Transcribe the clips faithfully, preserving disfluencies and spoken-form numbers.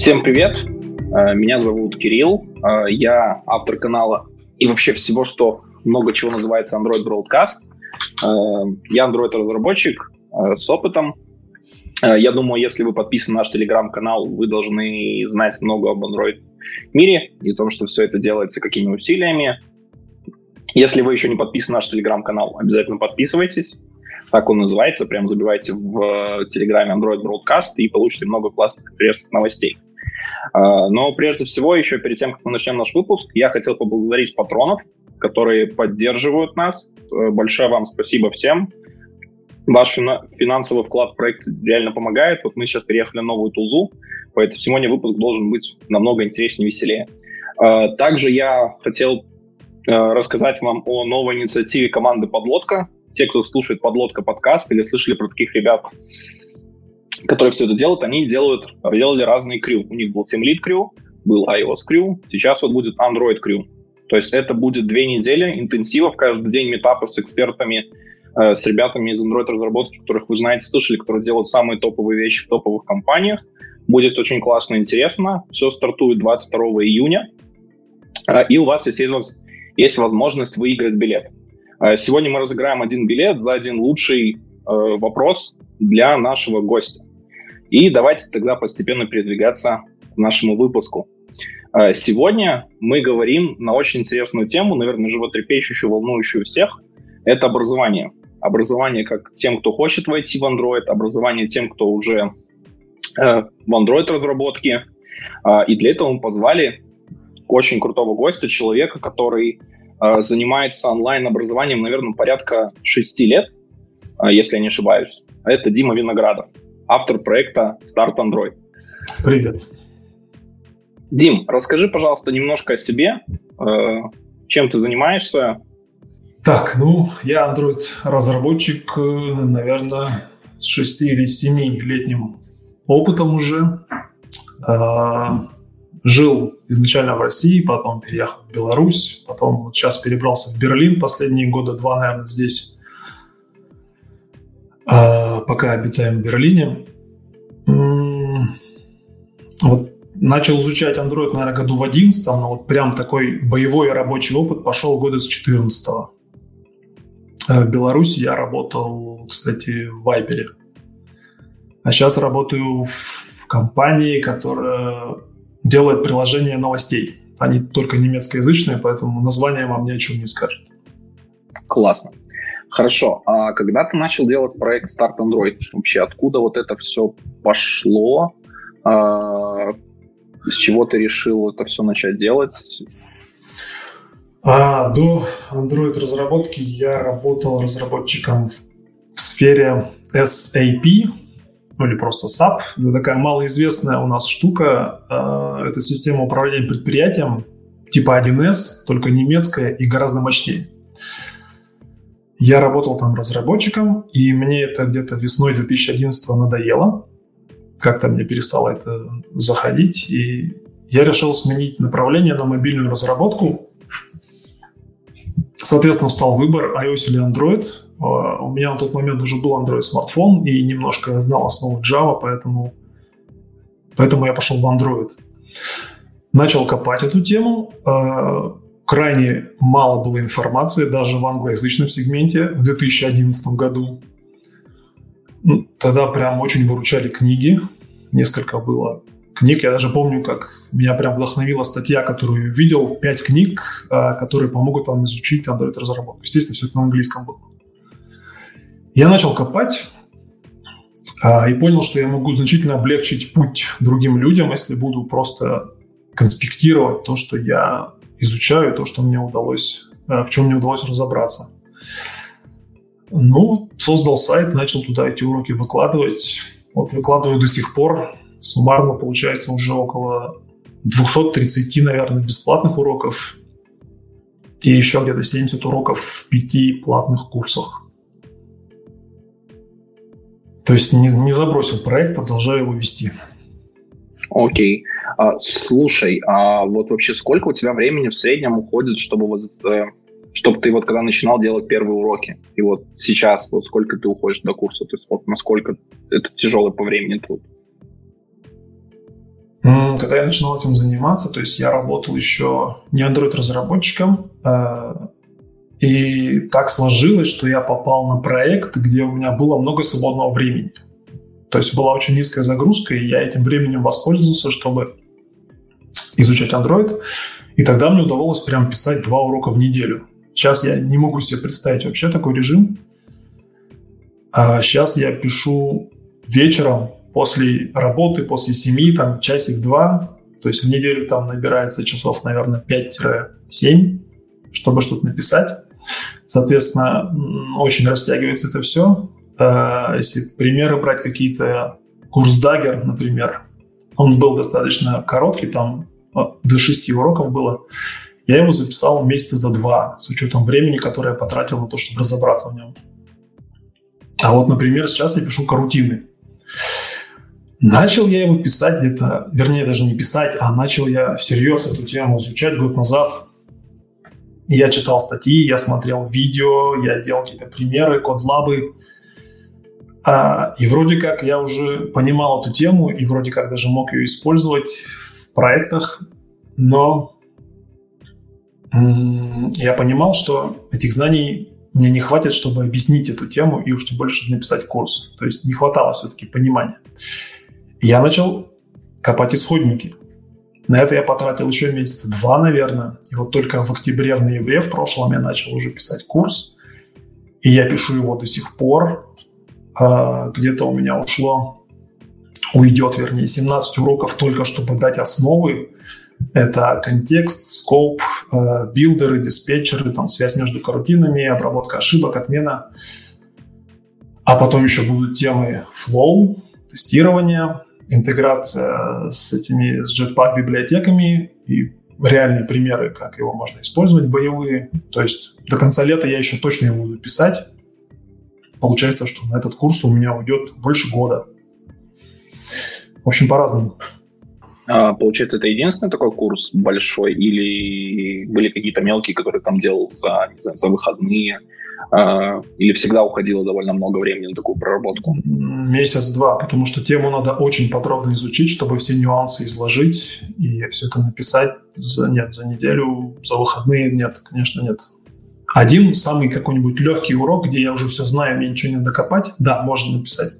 Всем привет, меня зовут Кирилл, я автор канала и вообще всего, что много чего называется Android Broadcast. Я Android-разработчик с опытом. Я думаю, если вы подписаны на наш Telegram-канал, вы должны знать много об Android-мире и о том, что все это делается какими усилиями. Если вы еще не подписаны на наш Telegram-канал, обязательно подписывайтесь. Так он называется, прям забивайте в Телеграме Android Broadcast и получите много классных интересных новостей. Но прежде всего, еще перед тем, как мы начнем наш выпуск, я хотел поблагодарить патронов, которые поддерживают нас. Большое вам спасибо всем. Ваш финансовый вклад в проект реально помогает. Вот мы сейчас переехали на новую тулзу, поэтому сегодня выпуск должен быть намного интереснее и веселее. Также я хотел рассказать вам о новой инициативе команды «Подлодка». Те, кто слушает «Подлодка» подкаст или слышали про таких ребят, которые все это делают, они делают, делали разные крю. У них был TeamLead крю, был iOS крю, сейчас вот будет Android крю. То есть это будет две недели интенсивов, каждый день митапы с экспертами, э, с ребятами из Android-разработки, которых вы знаете, слышали, которые делают самые топовые вещи в топовых компаниях. Будет очень классно и интересно. Все стартует двадцать второго июня. Э, и у вас есть, есть возможность выиграть билет. Сегодня мы разыграем один билет за один лучший э, вопрос для нашего гостя. И давайте тогда постепенно передвигаться к нашему выпуску. Э, сегодня мы говорим на очень интересную тему, наверное, животрепещущую, волнующую всех. Это образование. Образование как тем, кто хочет войти в Android, образование тем, кто уже э, в Android-разработке. Э, и для этого мы позвали очень крутого гостя, человека, который занимается онлайн-образованием, наверное, порядка шести лет, если я не ошибаюсь. Это Дима Виноградов, автор проекта Start Android. Привет. Дим, расскажи, пожалуйста, немножко о себе, чем ты занимаешься. Так, ну, я Android-разработчик, наверное, с шести или семилетним опытом уже. Жил изначально в России, потом переехал в Беларусь, потом вот сейчас перебрался в Берлин, последние года два, наверное, здесь. А, пока обитаем в Берлине. М-м- вот начал изучать Android, наверное, году в одиннадцатом, но вот прям такой боевой рабочий опыт пошел года с четырнадцатого. А в Беларуси я работал, кстати, в Вайпере. А сейчас работаю в компании, которая делает приложение новостей. Они только немецкоязычные, поэтому название вам ни о чем не скажет. Классно. Хорошо. А когда ты начал делать проект Start Android? Вообще, откуда вот это все пошло? А, с чего ты решил это все начать делать? А, до Android-разработки я работал разработчиком в, в сфере эс эй пи, ну или просто сап. Это такая малоизвестная у нас штука. Это система управления предприятием типа один эс, только немецкая и гораздо мощнее. Я работал там разработчиком, и мне это где-то весной две тысячи одиннадцатого надоело. Как-то мне перестало это заходить, и я решил сменить направление на мобильную разработку. Соответственно, встал выбор iOS или Android. У меня на тот момент уже был Android-смартфон и немножко знал основу Java, поэтому, поэтому я пошел в Android. Начал копать эту тему. Крайне мало было информации, даже в англоязычном сегменте в две тысячи одиннадцатом году. Тогда прям очень выручали книги. Несколько было книг. Я даже помню, как меня прям вдохновила статья, которую видел. Пять книг, которые помогут вам изучить Android-разработку. Естественно, все это на английском было. Я начал копать а, и понял, что я могу значительно облегчить путь другим людям, если буду просто конспектировать то, что я изучаю, то, что мне удалось, в чем мне удалось разобраться. Ну, создал сайт, начал туда эти уроки выкладывать. Вот выкладываю до сих пор. Суммарно получается уже около двести тридцать, наверное, бесплатных уроков и еще где-то семьдесят уроков в пяти платных курсах. То есть не, не забросил проект, продолжаю его вести. Окей. А, слушай, а вот вообще сколько у тебя времени в среднем уходит, чтобы вот, э, чтобы ты вот когда начинал делать первые уроки, и вот сейчас вот сколько ты уходишь до курса, то есть вот насколько это тяжелый по времени труд? Когда я начинал этим заниматься, то есть я работал еще не Android-разработчиком, и так сложилось, что я попал на проект, где у меня было много свободного времени. То есть была очень низкая загрузка, и я этим временем воспользовался, чтобы изучать Android. И тогда мне удавалось прям писать два урока в неделю. Сейчас я не могу себе представить вообще такой режим. А сейчас я пишу вечером, после работы, после семьи, там часик-два, то есть в неделю там набирается часов, наверное, пять-семь, чтобы что-то написать. Соответственно, очень растягивается это все. Если примеры брать какие-то, курс Dagger, например, он был достаточно короткий, там до шести уроков было. Я его записал месяца за два, с учетом времени, которое я потратил на то, чтобы разобраться в нем. А вот, например, сейчас я пишу карутины. Начал я его писать где-то, вернее, даже не писать, а начал я всерьез эту тему изучать год назад. Я читал статьи, я смотрел видео, я делал какие-то примеры, код-лабы. А, и вроде как я уже понимал эту тему, и вроде как даже мог ее использовать в проектах, но м- я понимал, что этих знаний мне не хватит, чтобы объяснить эту тему, и уж тем более, чтобы написать курс. То есть не хватало все-таки понимания. Я начал копать исходники. На это я потратил еще месяца два, наверное. И вот только в октябре, в ноябре в прошлом я начал уже писать курс. И я пишу его до сих пор. Где-то у меня ушло, уйдет, вернее, семнадцать уроков только, чтобы дать основы. Это контекст, скоп, билдеры, диспетчеры, там, связь между карутинами, обработка ошибок, отмена. А потом еще будут темы flow, тестирование, интеграция с этими, с Jetpack библиотеками и реальные примеры, как его можно использовать, боевые. То есть до конца лета я еще точно его буду писать. Получается, что на этот курс у меня уйдет больше года. В общем, по-разному. А, получается, это единственный такой курс большой или были какие-то мелкие, которые там делал за, не знаю, за выходные? А, или всегда уходило довольно много времени на такую проработку? Месяц-два, потому что тему надо очень подробно изучить, чтобы все нюансы изложить и все это написать. За, нет, за неделю, за выходные нет, конечно, нет. Один самый какой-нибудь легкий урок, где я уже все знаю, мне ничего не надо копать, да, можно написать.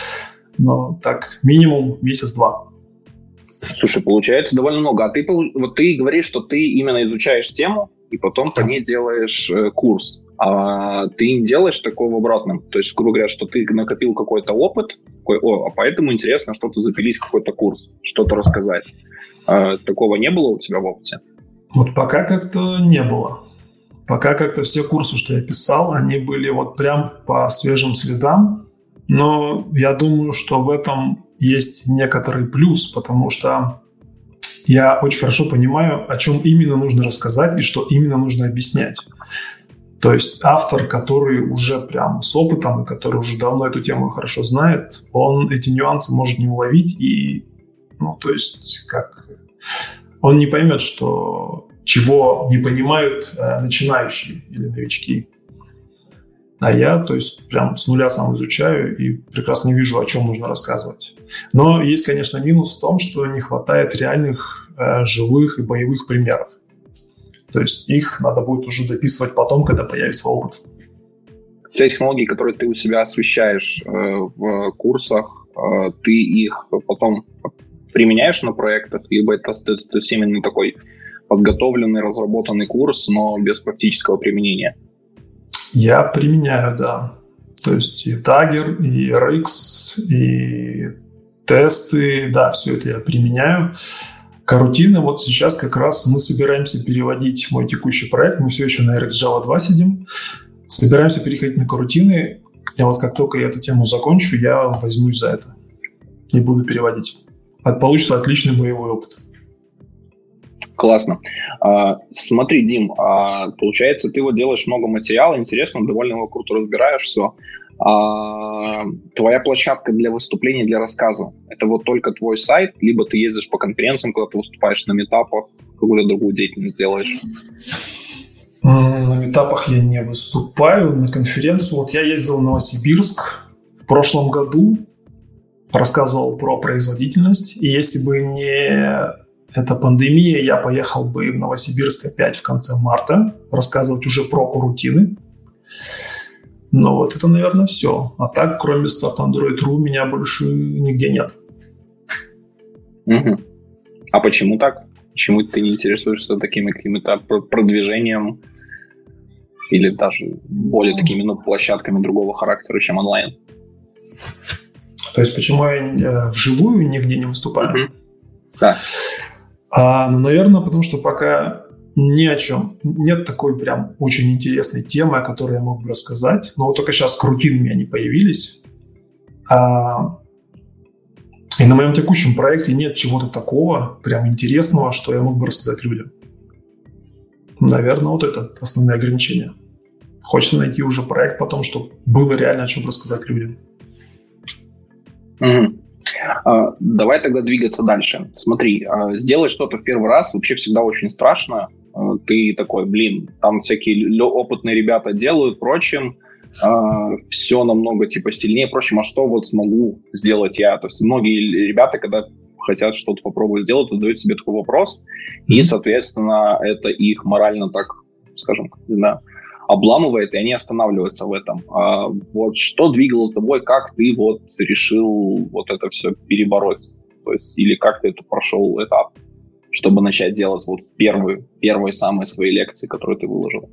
Но так, минимум месяц-два. Слушай, получается довольно много. А ты, вот ты говоришь, что ты именно изучаешь тему и потом по ней делаешь э, курс. А ты не делаешь такого в обратном. То есть, грубо говоря, что ты накопил какой-то опыт, такой, о, а поэтому интересно что-то запилить в какой-то курс, что-то рассказать. А, такого не было у тебя в опыте? Вот пока как-то не было. Пока как-то все курсы, что я писал, они были вот прям по свежим следам. Но я думаю, что в этом есть некоторый плюс, потому что я очень хорошо понимаю, о чем именно нужно рассказать и что именно нужно объяснять. То есть автор, который уже прям с опытом и который уже давно эту тему хорошо знает, он эти нюансы может не уловить и, ну, то есть, как он не поймет, что чего не понимают э, начинающие или новички. А я, то есть, прям с нуля сам изучаю и прекрасно вижу, о чем нужно рассказывать. Но есть, конечно, минус в том, что не хватает реальных э, живых и боевых примеров. То есть их надо будет уже дописывать потом, когда появится опыт. Те технологии, которые ты у себя освещаешь э, в курсах, э, ты их потом применяешь на проектах, либо это то есть именно такой подготовленный, разработанный курс, но без практического применения? Я применяю, да. То есть и Dagger, и эр икс, и тесты, да, все это я применяю. Карутины, вот сейчас как раз мы собираемся переводить мой текущий проект, мы все еще на эр икс джава два сидим, собираемся переходить на карутины, и вот как только я эту тему закончу, я возьмусь за это и буду переводить. Получится отличный боевой опыт. Классно. А, смотри, Дим, а, получается, ты вот делаешь много материала, интересно, довольно его круто разбираешь все. А, твоя площадка для выступлений, для рассказа, это вот только твой сайт, либо ты ездишь по конференциям, когда ты выступаешь на митапах, какую-то другую деятельность делаешь? На митапах я не выступаю, на конференцию. Вот я ездил в Новосибирск в прошлом году, рассказывал про производительность. И если бы не эта пандемия, я поехал бы в Новосибирск опять в конце марта рассказывать уже про корутины. Но вот это, наверное, все. А так, кроме Start Android точка ру, меня больше нигде нет. Угу. А почему так? Почему ты не интересуешься такими какими-то продвижением или даже более такими ну, площадками другого характера, чем онлайн? То есть почему я вживую нигде не выступаю? Угу. Да. А, ну, наверное, потому что пока ни о чем. Нет такой прям очень интересной темы, о которой я мог бы рассказать. Но вот только сейчас крутины у меня не появились. А, и на моем текущем проекте нет чего-то такого прям интересного, что я мог бы рассказать людям. Наверное, вот это основное ограничение. Хочется найти уже проект потом, чтобы было реально о чем рассказать людям. Угу. А, давай тогда двигаться дальше. Смотри, а, сделать что-то в первый раз вообще всегда очень страшно. А, ты такой, блин, там всякие опытные ребята делают, прочим, а, все намного типа сильнее, прочим, а что вот смогу сделать я? То есть многие ребята, когда хотят что-то попробовать сделать, задают себе такой вопрос, mm-hmm. и, соответственно, это их морально так, скажем, не знаю, обламывает, и они останавливаются в этом. А вот что двигало тобой, как ты вот решил вот это все перебороть? То есть, или как ты это прошел этап, чтобы начать делать вот первые, первые самые свои лекции, которые ты выложил?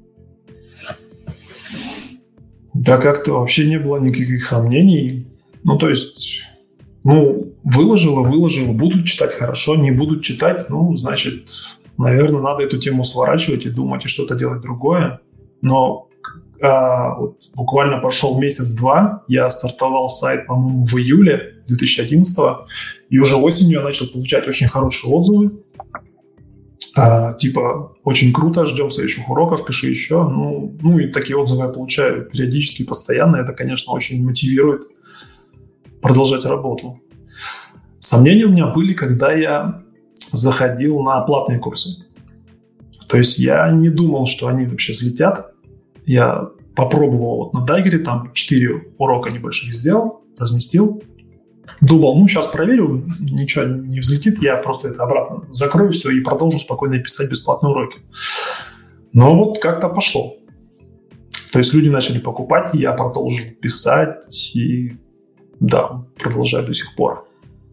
Да как-то вообще не было никаких сомнений. Ну, то есть, ну, выложила, выложила, будут читать хорошо, не будут читать, ну, значит, наверное, надо эту тему сворачивать и думать, и что-то делать другое. Но а, вот буквально прошел месяц-два, я стартовал сайт, по-моему, в июле две тысячи одиннадцатого, и уже осенью я начал получать очень хорошие отзывы. А, типа, очень круто, ждем следующих уроков, пиши еще. Ну, ну и такие отзывы я получаю периодически, постоянно. Это, конечно, очень мотивирует продолжать работу. Сомнения у меня были, когда я заходил на платные курсы. То есть я не думал, что они вообще взлетят. Я попробовал вот на Dagger, там четыре урока небольших сделал, разместил. Думал, ну, сейчас проверю, ничего не взлетит, я просто это обратно закрою все и продолжу спокойно писать бесплатные уроки. Но вот как-то пошло. То есть люди начали покупать, и я продолжил писать, и да, продолжаю до сих пор.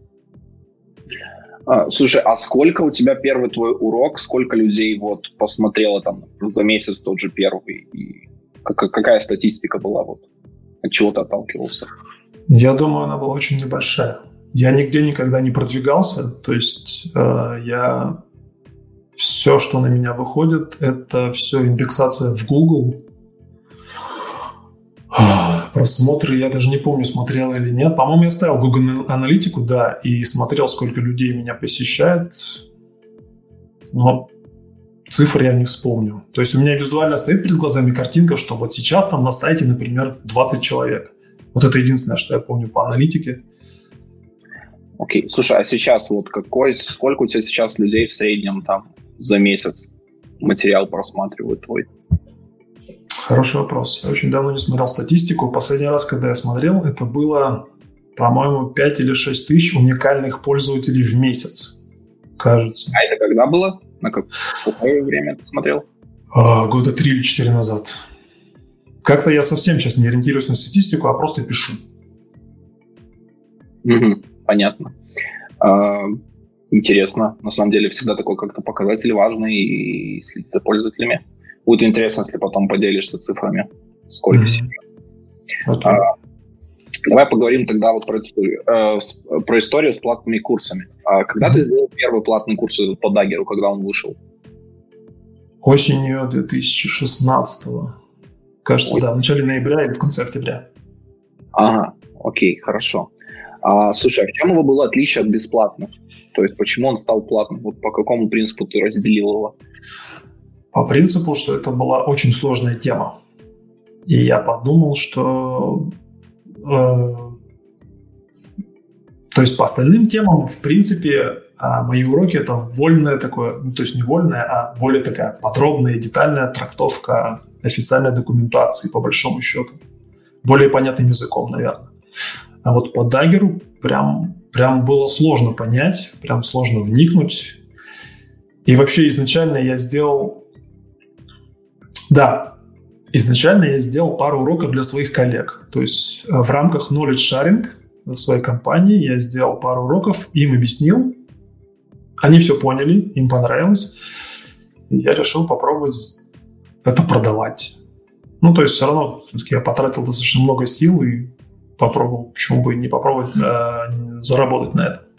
А, слушай, а сколько у тебя первый твой урок, сколько людей вот посмотрело там за месяц тот же первый, и как, какая статистика была, вот, от чего ты отталкивался? Я думаю, она была очень небольшая. Я нигде никогда не продвигался, то есть э, я все, что на меня выходит, это все индексация в Google. Просмотры, я даже не помню, смотрел или нет. По-моему, я ставил Google аналитику, да, и смотрел, сколько людей меня посещает. Но цифры я не вспомню. То есть у меня визуально стоит перед глазами картинка, что вот сейчас там на сайте, например, двадцать человек. Вот это единственное, что я помню по аналитике. Окей. Слушай, а сейчас вот какой, сколько у тебя сейчас людей в среднем там за месяц материал просматривают твой? Хороший вопрос. Я очень давно не смотрел статистику. Последний раз, когда я смотрел, это было, по-моему, пять или шесть тысяч уникальных пользователей в месяц, кажется. А это когда было? На какое время ты смотрел? А, года три или четыре назад. Как-то я совсем сейчас не ориентируюсь на статистику, а просто пишу. Угу, понятно. А, интересно. На самом деле всегда такой как-то показатель важный и следить за пользователями. Будет интересно, если потом поделишься цифрами. Сколько mm-hmm. сейчас. Okay. А, давай поговорим тогда вот про историю, э, с, про историю с платными курсами. А когда mm-hmm. ты сделал первый платный курс по Dagger, когда он вышел? Осенью две тысячи шестнадцатого. Кажется, Ой. да, в начале ноября или в конце октября. Ага, окей, хорошо. А, слушай, а в чем его было отличие от бесплатных? То есть почему он стал платным? Вот по какому принципу ты разделил его? По принципу, что это была очень сложная тема. И я подумал, что... Э, то есть по остальным темам, в принципе, мои уроки — это вольное такое, ну, то есть не вольное, а более такая подробная, детальная трактовка официальной документации, по большому счету. Более понятным языком, наверное. А вот по Dagger прям, прям было сложно понять, прям сложно вникнуть. И вообще изначально я сделал... Да, изначально я сделал пару уроков для своих коллег. То есть в рамках knowledge sharing в своей компании я сделал пару уроков, им объяснил. Они все поняли, им понравилось. И я решил попробовать это продавать. Ну, то есть все равно все-таки я потратил достаточно много сил и попробовал, почему бы не попробовать э, заработать на это.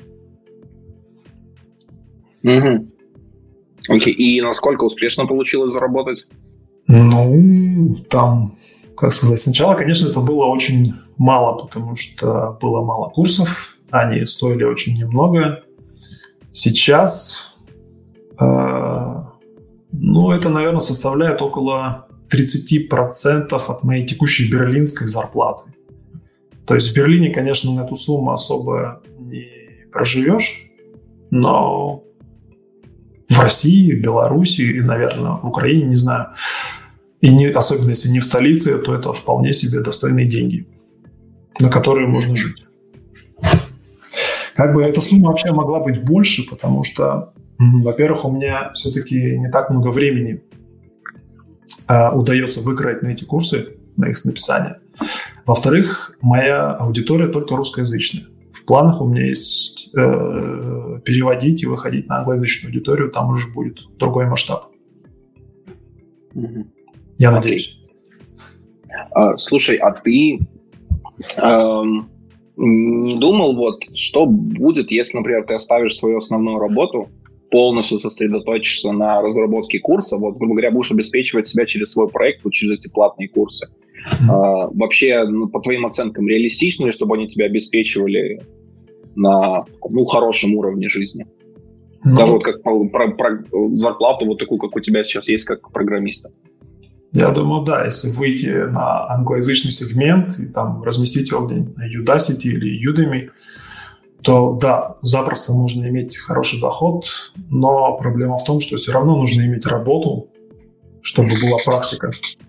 Угу. Окей, и насколько успешно получилось заработать? Ну, там, как сказать, сначала, конечно, это было очень мало, потому что было мало курсов, они стоили очень немного. Сейчас, э, ну, это, наверное, составляет около тридцать процентов от моей текущей берлинской зарплаты. То есть в Берлине, конечно, на эту сумму особо не проживешь, но в России, в Беларуси и, наверное, в Украине, не знаю, и не, особенно если не в столице, то это вполне себе достойные деньги, на которые можно жить. Как бы эта сумма вообще могла быть больше, потому что, во-первых, у меня все-таки не так много времени а, удается выкроить на эти курсы, на их написание. Во-вторых, моя аудитория только русскоязычная. В планах у меня есть э, переводить и выходить на англоязычную аудиторию, там уже будет другой масштаб. Mm-hmm. Я надеюсь. Okay. Uh, слушай, а ты uh, не думал, вот, что будет, если, например, ты оставишь свою основную работу, полностью сосредоточишься на разработке курса, вот, грубо говоря, будешь обеспечивать себя через свой проект, вот, через эти платные курсы. Mm-hmm. Uh, вообще, ну, по твоим оценкам, реалистично ли, чтобы они тебя обеспечивали на, ну, хорошем уровне жизни? Mm-hmm. Даже вот как про, про, про зарплату вот такую, как у тебя сейчас есть, как программиста. Я думаю, да, если выйти на англоязычный сегмент и там разместить его где-нибудь на Udacity или Udemy, то да, запросто можно иметь хороший доход, но проблема в том, что все равно нужно иметь работу, чтобы была практика,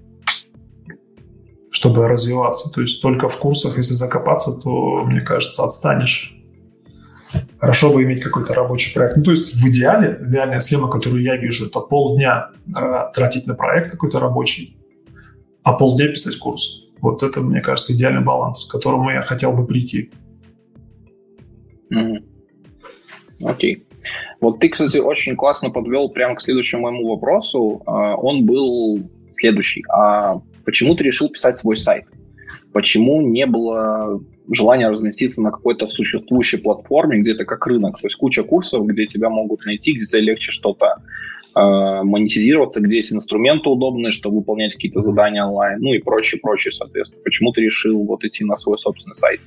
чтобы развиваться. То есть только в курсах, если закопаться, то, мне кажется, отстанешь. Хорошо бы иметь какой-то рабочий проект. Ну, то есть в идеале, идеальная схема, которую я вижу, это полдня э, тратить на проект какой-то рабочий, а полдня писать курс. Вот это, мне кажется, идеальный баланс, к которому я хотел бы прийти. Mm-hmm. Окей. Вот ты, кстати, очень классно подвел прямо к следующему моему вопросу. Uh, он был следующий. А почему ты решил писать свой сайт? Почему не было желания разместиться на какой-то существующей платформе, где-то как рынок? То есть куча курсов, где тебя могут найти, где тебе легче что-то э, монетизироваться, где есть инструменты удобные, чтобы выполнять какие-то задания онлайн, ну и прочее, прочее, соответственно. Почему ты решил вот идти на свой собственный сайт?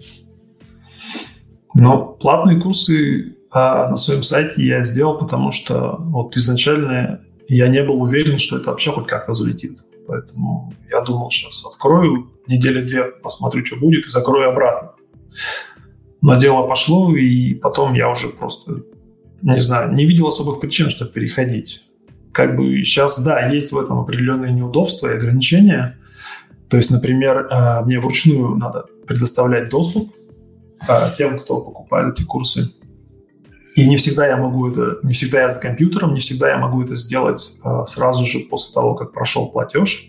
Ну, платные курсы а, на своем сайте я сделал, потому что вот изначально я не был уверен, что это вообще хоть как-то залетит. Поэтому я думал, сейчас открою, недели две посмотрю, что будет, и закрою обратно. Но дело пошло, и потом я уже просто, не знаю, не видел особых причин, чтобы переходить. Как бы сейчас, да, есть в этом определенные неудобства и ограничения. То есть, например, мне вручную надо предоставлять доступ тем, кто покупает эти курсы. И не всегда я могу это, не всегда я за компьютером, не всегда я могу это сделать э, сразу же после того, как прошел платеж.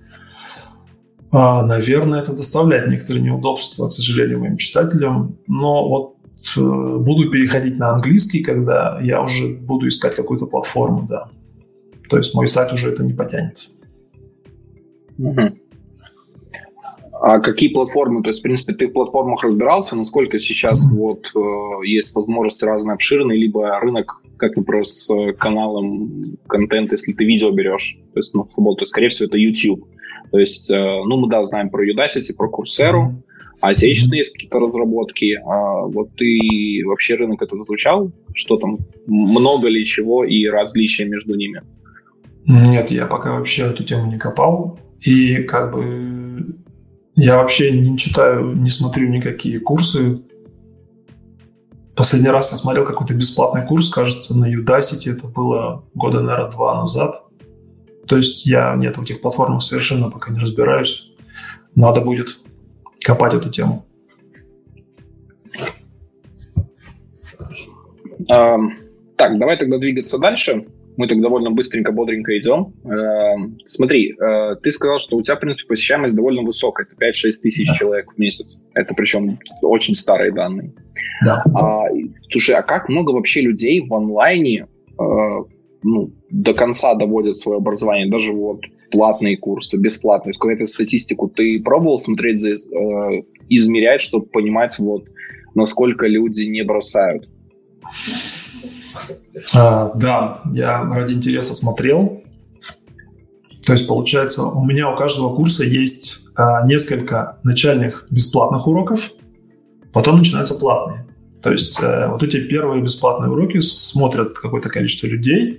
Э, наверное, это доставляет некоторые неудобства, к сожалению, моим читателям. Но вот э, буду переходить на английский, когда я уже буду искать какую-то платформу, да. То есть мой сайт уже это не потянет. Угу. А какие платформы? То есть, в принципе, ты в платформах разбирался? Насколько сейчас mm-hmm. вот э, есть возможности разные, обширные, либо рынок, как, например, с каналом контент, если ты видео берешь, то есть, ну, то есть, скорее всего, это YouTube. То есть, э, ну, мы, да, знаем про Udacity, про Coursera, mm-hmm. а отечественные mm-hmm. есть какие-то разработки. А вот ты вообще рынок этот изучал? Что там? Много ли чего и различия между ними? Нет, я пока вообще эту тему не копал. И как бы... Я вообще не читаю, не смотрю никакие курсы. Последний раз я смотрел какой-то бесплатный курс, кажется, на Udacity. Это было года, наверное, два назад. То есть я нет, в этих платформах совершенно пока не разбираюсь. Надо будет копать эту тему. А, так, давай тогда двигаться дальше. Мы так довольно быстренько, бодренько идем. А, смотри, а, ты сказал, что у тебя, в принципе, посещаемость довольно высокая. Это пять-шесть тысяч да. человек в месяц. Это причем очень старые данные. Да. А, слушай, а как много вообще людей в онлайне а, ну, до конца доводят свое образование? Даже вот платные курсы, бесплатные. Какую-то статистику ты пробовал смотреть, за, э, измерять, чтобы понимать, вот, насколько люди не бросают? А, да, я ради интереса смотрел. То есть, получается, у меня у каждого курса есть а, несколько начальных бесплатных уроков, потом начинаются платные. То есть, а, вот эти первые бесплатные уроки смотрят какое-то количество людей,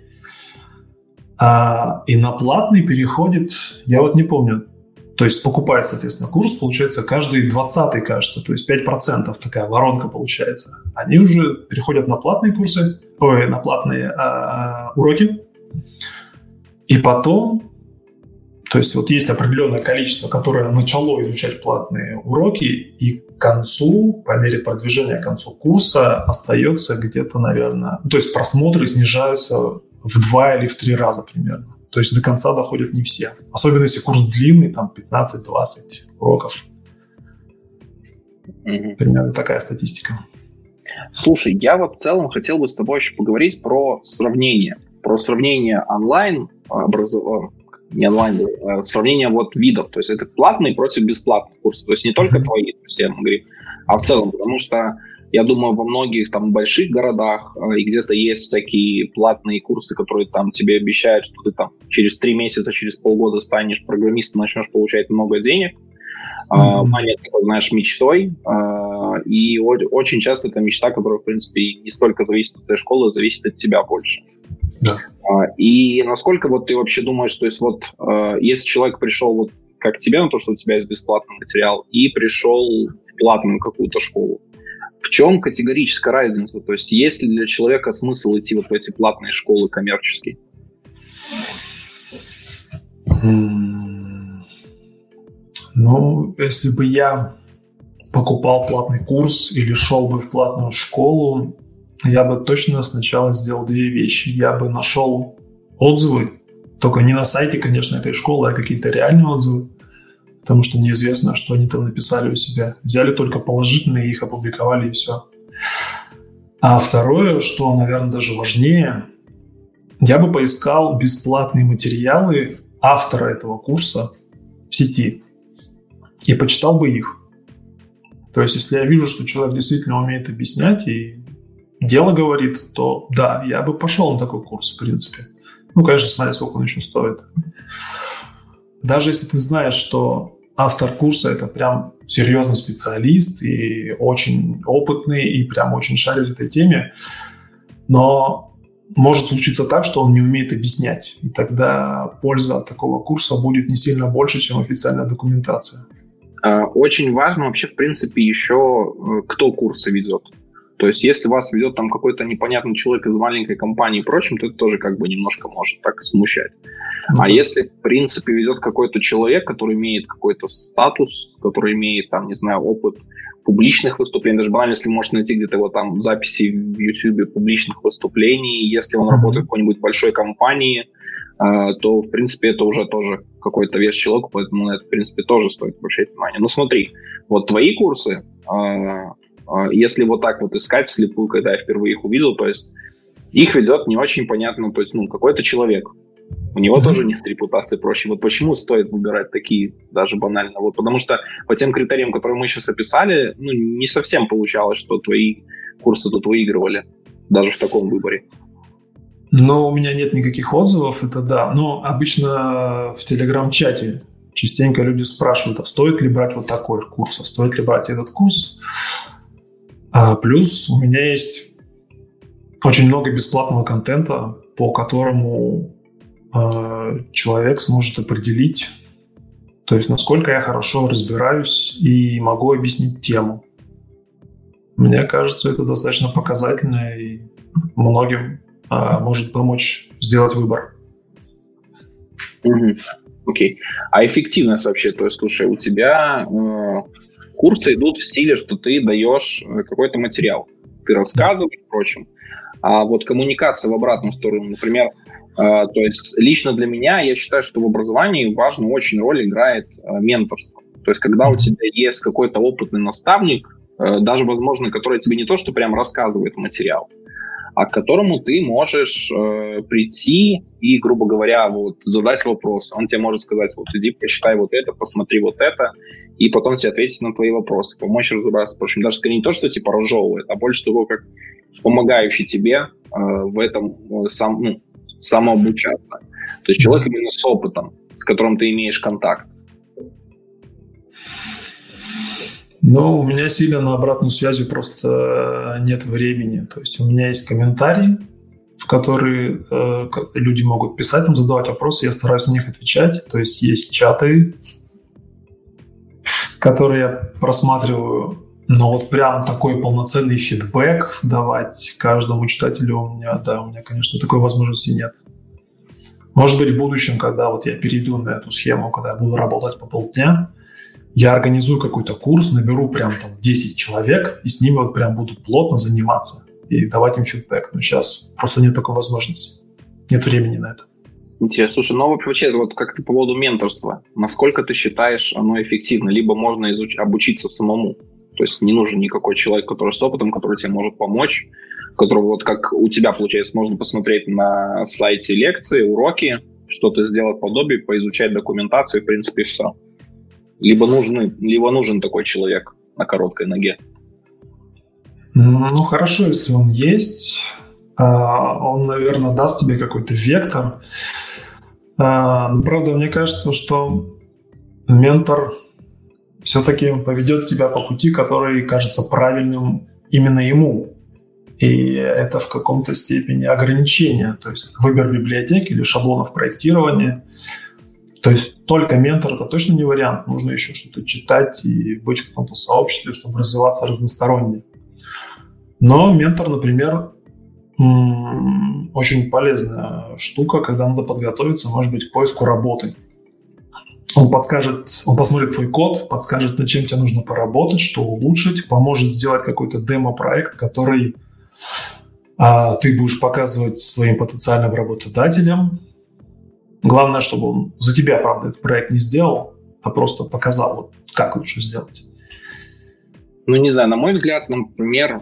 а, и на платный переходит, я вот не помню, то есть покупает, соответственно, курс, получается, каждый двадцатый, кажется, то есть пять процентов такая воронка получается. Они уже переходят на платные курсы, ой, на платные а, уроки, и потом, то есть вот есть определенное количество, которое начало изучать платные уроки, и к концу, по мере продвижения к концу курса, остается где-то, наверное, то есть просмотры снижаются в два или в три раза примерно. То есть до конца доходят не все. Особенно если курс длинный, там пятнадцать-двадцать уроков. Mm-hmm. Примерно такая статистика. Слушай, я вот в целом хотел бы с тобой еще поговорить про сравнение. Про сравнение онлайн, образов... не онлайн, а сравнение вот видов. То есть это платный против бесплатных курсов. То есть не только mm-hmm. твои, то есть я говорю, а в целом. Потому что я думаю, во многих там больших городах и где-то есть всякие платные курсы, которые там тебе обещают, что ты там через три месяца, через полгода станешь программистом, начнешь получать много денег. Mm-hmm. Money, такой, знаешь, мечтой. И очень часто это мечта, которая, в принципе, не столько зависит от твоей школы, а зависит от тебя больше. Yeah. И насколько вот ты вообще думаешь, то есть вот если человек пришел вот как тебе на то, что у тебя есть бесплатный материал, и пришел в платную какую-то школу, в чем категорическая разница? То есть есть ли для человека смысл идти вот в эти платные школы коммерческие? Ну, если бы я покупал платный курс или шел бы в платную школу, я бы точно сначала сделал две вещи. Я бы нашел отзывы, только не на сайте, конечно, этой школы, а какие-то реальные отзывы, потому что неизвестно, что они там написали у себя. Взяли только положительные, их опубликовали, и все. А второе, что, наверное, даже важнее, я бы поискал бесплатные материалы автора этого курса в сети и почитал бы их. То есть, если я вижу, что человек действительно умеет объяснять и дело говорит, то да, я бы пошел на такой курс, в принципе. Ну, конечно, смотря сколько он еще стоит. Даже если ты знаешь, что автор курса – это прям серьезный специалист и очень опытный, и прям очень шарит в этой теме, но может случиться так, что он не умеет объяснять, и тогда польза от такого курса будет не сильно больше, чем официальная документация. Очень важно вообще, в принципе, еще кто курсы ведет. То есть, если вас ведет там какой-то непонятный человек из маленькой компании и прочим, то это тоже как бы немножко может так смущать. Mm-hmm. А если, в принципе, ведет какой-то человек, который имеет какой-то статус, который имеет, там, не знаю, опыт публичных выступлений, даже банально, если можешь найти где-то его там записи в YouTube публичных выступлений, если он mm-hmm. работает в какой-нибудь большой компании, э, то, в принципе, это уже тоже какой-то вес человеку, поэтому на это, в принципе, тоже стоит обращать внимание. Ну, смотри, вот твои курсы... Э, Если вот так вот искать вслепую, когда я впервые их увидел, то есть их ведет не очень понятно, то есть, ну, какой-то человек. У него mm-hmm. тоже нет репутации прочее. Вот почему стоит выбирать такие, даже банально? Вот потому что по тем критериям, которые мы сейчас описали, ну, не совсем получалось, что твои курсы тут выигрывали, даже в таком выборе. Но у меня нет никаких отзывов, это да. Но обычно в Telegram-чате частенько люди спрашивают, а стоит ли брать вот такой курс, а стоит ли брать этот курс? А плюс у меня есть очень много бесплатного контента, по которому э, человек сможет определить, то есть насколько я хорошо разбираюсь и могу объяснить тему. Мне кажется, это достаточно показательно и многим э, может помочь сделать выбор. Mm-hmm. Окей. А эффективность вообще, то есть, слушай, у тебя... Э... Курсы идут в стиле, что ты даешь какой-то материал. ты рассказываешь, впрочем. А вот коммуникация в обратную сторону, например, то есть лично для меня, я считаю, что в образовании важную очень роль играет менторство. То есть когда у тебя есть какой-то опытный наставник, даже, возможно, который тебе не то, что прям рассказывает материал, а к которому ты можешь э, прийти и, грубо говоря, вот, задать вопрос. Он тебе может сказать, вот иди почитай вот это, посмотри вот это, и потом тебе ответить на твои вопросы, помочь разобраться. В общем, даже скорее не то, что типа разжевывает, а больше того, как помогающий тебе э, в этом э, сам, ну, самообучаться. То есть человек именно с опытом, с которым ты имеешь контакт. Ну, у меня сильно на обратную связь просто нет времени. То есть у меня есть комментарии, в которые э, люди могут писать, там, задавать вопросы, я стараюсь на них отвечать. То есть есть чаты, которые я просматриваю. Но вот прям такой полноценный фидбэк давать каждому читателю у меня, да, у меня, конечно, такой возможности нет. Может быть, в будущем, когда вот я перейду на эту схему, когда я буду работать по полдня, я организую какой-то курс, наберу прям там десять человек, и с ними вот прям буду плотно заниматься и давать им фидбэк. Но сейчас просто нет такой возможности. Нет времени на это. Интересно. Слушай, ну вообще, вот как ты по поводу менторства, насколько ты считаешь оно эффективно? Либо можно изуч- обучиться самому? То есть не нужен никакой человек, который с опытом, который тебе может помочь, которого вот как у тебя, получается, можно посмотреть на сайте лекции, уроки, что-то сделать подобие, поизучать документацию, и, в принципе, все. Либо, нужны, либо нужен такой человек на короткой ноге. Ну, хорошо, если он есть. Он, наверное, даст тебе какой-то вектор. Но, правда, мне кажется, что ментор все-таки поведет тебя по пути, который кажется правильным именно ему. И это в каком-то степени ограничение. То есть выбор библиотеки или шаблонов проектирования. То есть только ментор – это точно не вариант. Нужно еще что-то читать и быть в каком-то сообществе, чтобы развиваться разносторонне. Но ментор, например, очень полезная штука, когда надо подготовиться, может быть, к поиску работы. Он подскажет, он посмотрит твой код, подскажет, над чем тебе нужно поработать, что улучшить, поможет сделать какой-то демо-проект, который а, ты будешь показывать своим потенциальным работодателям. Главное, чтобы он за тебя, правда, этот проект не сделал, а просто показал, вот, как лучше сделать. Ну, не знаю, на мой взгляд, например,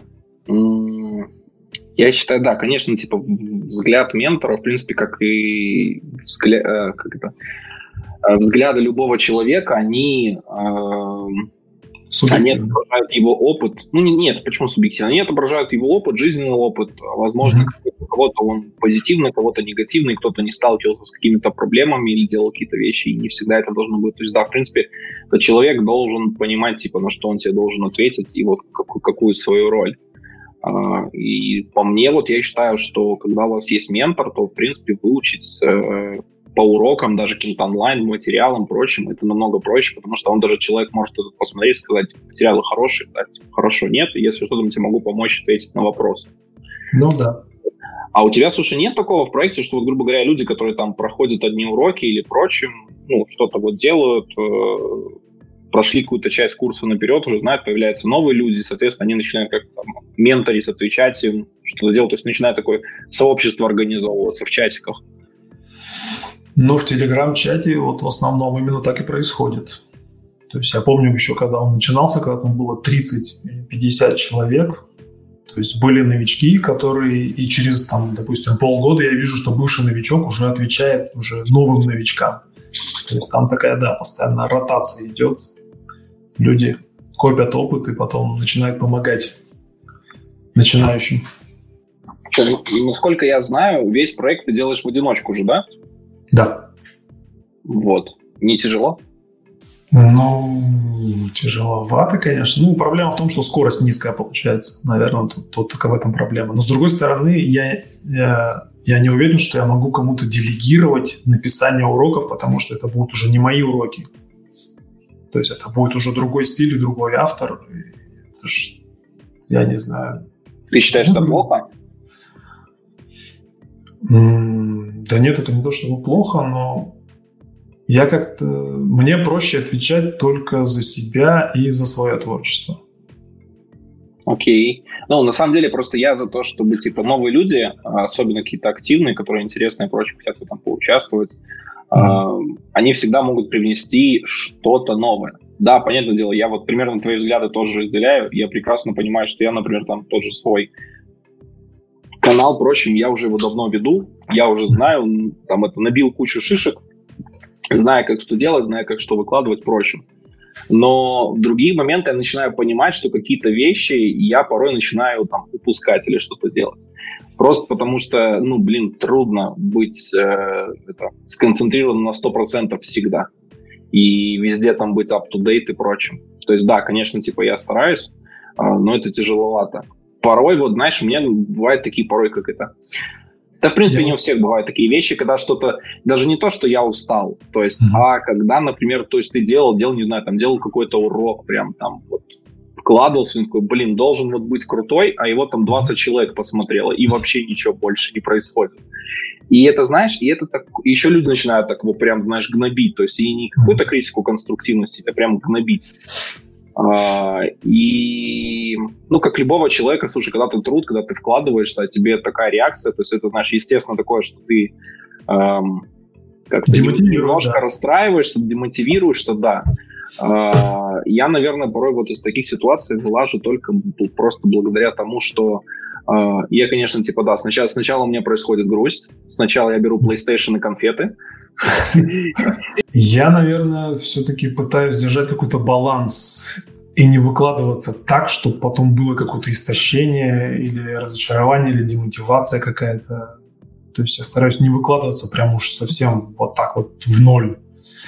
я считаю, да, конечно, типа взгляд ментора, в принципе, как и взгляд, как это, взгляды любого человека, они, они отображают его опыт. Ну, нет, почему субъективно? Они отображают его опыт, жизненный опыт. Возможно, mm-hmm. у кого-то он позитивный, у кого-то негативный, кто-то не сталкивался с какими-то проблемами или делал какие-то вещи, и не всегда это должно быть. То есть, да, в принципе, этот человек должен понимать, типа, на что он тебе должен ответить и вот какую, какую свою роль. И по мне, вот я считаю, что когда у вас есть ментор, то, в принципе, выучить по урокам, даже каким-то онлайн-материалам, прочим, это намного проще, потому что он даже человек может это посмотреть и сказать, материалы хорошие, да, хорошо, нет, и если что-то, я тебе могу помочь ответить на вопросы. Ну да. А у тебя, слушай, нет такого в проекте, что, вот, грубо говоря, люди, которые там проходят одни уроки или прочим, ну, что-то вот делают, э- прошли какую-то часть курса наперед, уже знают, появляются новые люди, соответственно, они начинают как-то там менторить, отвечать им, что-то делать, то есть начинает такое сообщество организовываться в чатиках. Ну, в Телеграм-чате вот в основном именно так и происходит. То есть я помню еще, когда он начинался, когда там было тридцать-пятьдесят человек, то есть были новички, которые и через, там, допустим, полгода я вижу, что бывший новичок уже отвечает уже новым новичкам. То есть там такая, да, постоянно ротация идет. Люди копят опыт и потом начинают помогать начинающим. Насколько я знаю, весь проект ты делаешь в одиночку же, да? Да. Вот. Не тяжело? Ну, тяжеловато, конечно. Ну, проблема в том, что скорость низкая получается. Наверное, тут, тут только в этом проблема. Но, с другой стороны, я, я, я не уверен, что я могу кому-то делегировать написание уроков, потому что это будут уже не мои уроки. То есть это будет уже другой стиль и другой автор. Это ж, я не знаю. Ты считаешь, что это плохо? Да нет, это не то, чтобы плохо, но я как-то... Мне проще отвечать только за себя и за свое творчество. Окей. Ну, на самом деле, просто я за то, чтобы, типа, новые люди, особенно какие-то активные, которые интересные и прочее, хотят в этом поучаствовать, mm-hmm. э, они всегда могут привнести что-то новое. Да, понятное дело, я вот примерно твои взгляды тоже разделяю. Я прекрасно понимаю, что я, например, там тот же свой канал, впрочем, я уже его давно веду, я уже знаю, там это набил кучу шишек, знаю, как что делать, знаю, как что выкладывать, впрочем. Но в другие моменты я начинаю понимать, что какие-то вещи я порой начинаю там упускать или что-то делать. Просто потому что, ну, блин, трудно быть э, это, сконцентрированным на сто процентов всегда. И везде там быть up-to-date и прочим. То есть, да, конечно, типа я стараюсь, э, но это тяжеловато. Порой, вот, знаешь, у меня бывают такие порой, как это... Да, в принципе, я не у всех бывают такие вещи, когда что-то, даже не то, что я устал, то есть, mm-hmm. а когда, например, то есть ты делал, делал, не знаю, там, делал какой-то урок, прям там, вот, вкладывался, такой, блин, должен вот быть крутой, а его там двадцать человек посмотрело, и вообще ничего больше не происходит. И это, знаешь, и это так, и еще люди начинают так вот прям, знаешь, гнобить, то есть, и не какую-то критику конструктивности, а прям гнобить. Uh, и, ну, как любого человека, слушай, когда ты труд, когда ты вкладываешься, а тебе такая реакция, то есть это, знаешь, естественно такое, что ты эм, как-то немножко да. расстраиваешься, демотивируешься, да. Uh, я, наверное, порой вот из таких ситуаций вылажу только просто благодаря тому, что uh, я, конечно, типа, да, сначала, сначала у меня происходит грусть, сначала я беру PlayStation и конфеты. Я, наверное, все-таки пытаюсь держать какой-то баланс и не выкладываться так, чтобы потом было какое-то истощение или разочарование, или демотивация какая-то. То есть я стараюсь не выкладываться прям уж совсем вот так вот в ноль.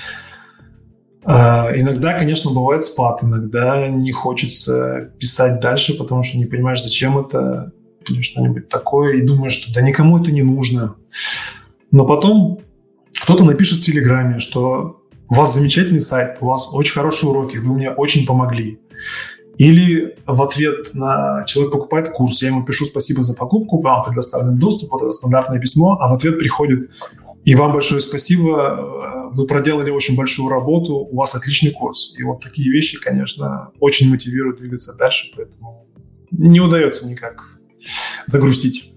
А, иногда, конечно, бывает спад, иногда не хочется писать дальше, потому что не понимаешь, зачем это или что-нибудь такое, и думаешь, что да никому это не нужно. Но потом кто-то напишет в Телеграме, что у вас замечательный сайт, у вас очень хорошие уроки, вы мне очень помогли. Или в ответ на человек покупает курс, я ему пишу спасибо за покупку, вам предоставлен доступ, вот это стандартное письмо, а в ответ приходит и вам большое спасибо, вы проделали очень большую работу, у вас отличный курс. И вот такие вещи, конечно, очень мотивируют двигаться дальше, поэтому не удается никак загрустить.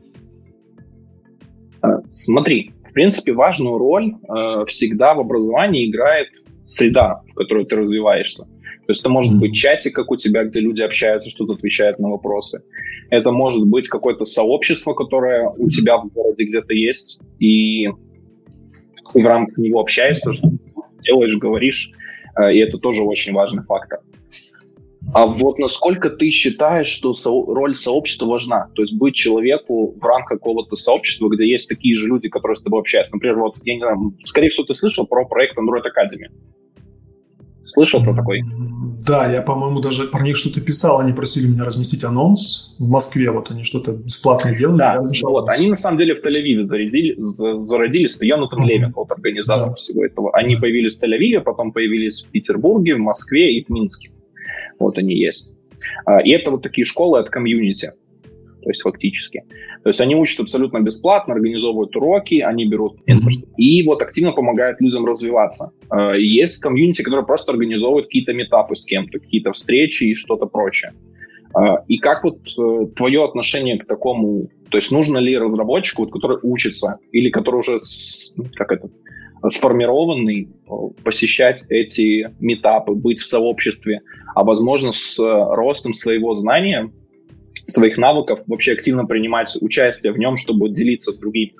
Смотри. В принципе, важную роль э, всегда в образовании играет среда, в которой ты развиваешься. То есть это может быть чатик, как у тебя, где люди общаются, что-то отвечают на вопросы. Это может быть какое-то сообщество, которое у тебя в городе где-то есть, и ты в рамках него общаешься, что делаешь, говоришь, э, и это тоже очень важный фактор. А вот насколько ты считаешь, что со- роль сообщества важна? То есть быть человеку в рамках какого-то сообщества, где есть такие же люди, которые с тобой общаются. Например, вот, я не знаю, скорее всего, ты слышал про проект Android Academy? Слышал про такой? Да, я, по-моему, даже про них что-то писал. Они просили меня разместить анонс в Москве. Вот они что-то бесплатное делали. Да, вот. Они на самом деле в Тель-Авиве зарядили, зародились. Йонатан Левин, вот организатор да. всего этого. Они да. появились в Тель-Авиве, потом появились в Петербурге, в Москве и в Минске. Вот они есть. И это вот такие школы от комьюнити. То есть фактически. То есть они учат абсолютно бесплатно, организовывают уроки, они берут mm-hmm. и вот активно помогают людям развиваться. Есть комьюнити, которые просто организовывают какие-то митапы с кем-то, какие-то встречи и что-то прочее. И как вот твое отношение к такому, то есть нужно ли разработчику, который учится, или который уже как это, сформированный, посещать эти митапы, быть в сообществе, а возможно с ростом своего знания, своих навыков вообще активно принимать участие в нем, чтобы делиться с другими?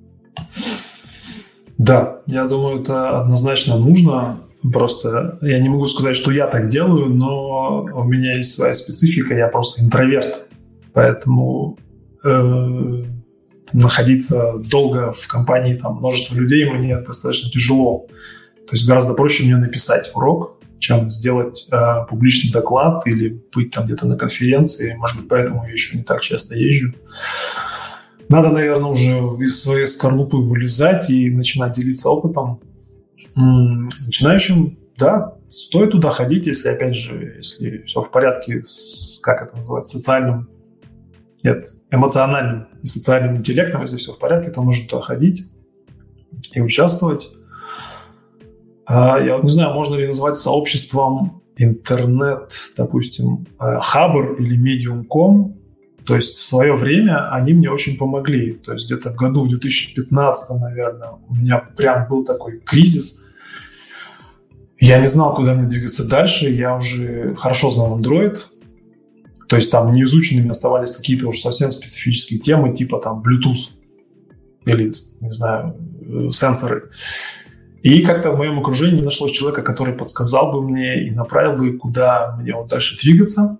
Да, я думаю, это однозначно нужно. Просто я не могу сказать, что я так делаю, но у меня есть своя специфика, я просто интроверт. Поэтому э, находиться долго в компании там, множества людей мне достаточно тяжело. То есть гораздо проще мне написать урок, чем сделать э, публичный доклад или быть там где-то на конференции. Может быть, поэтому я еще не так часто езжу. Надо, наверное, уже из своей скорлупы вылезать и начинать делиться опытом. М-м, начинающим, да, стоит туда ходить, если, опять же, если все в порядке с, как это называется, социальным, нет, эмоциональным и социальным интеллектом, если все в порядке, то можно туда ходить и участвовать. Я вот не знаю, можно ли назвать сообществом интернет, допустим, Хабр или Medium точка ком. То есть в свое время они мне очень помогли. То есть где-то в году в две тысячи пятнадцатом, наверное, у меня прям был такой кризис. Я не знал, куда мне двигаться дальше. Я уже хорошо знал Android. То есть там неизученными оставались какие-то уже совсем специфические темы, типа там Bluetooth или, не знаю, сенсоры. И как-то в моем окружении не нашлось человека, который подсказал бы мне и направил бы, куда мне вот дальше двигаться.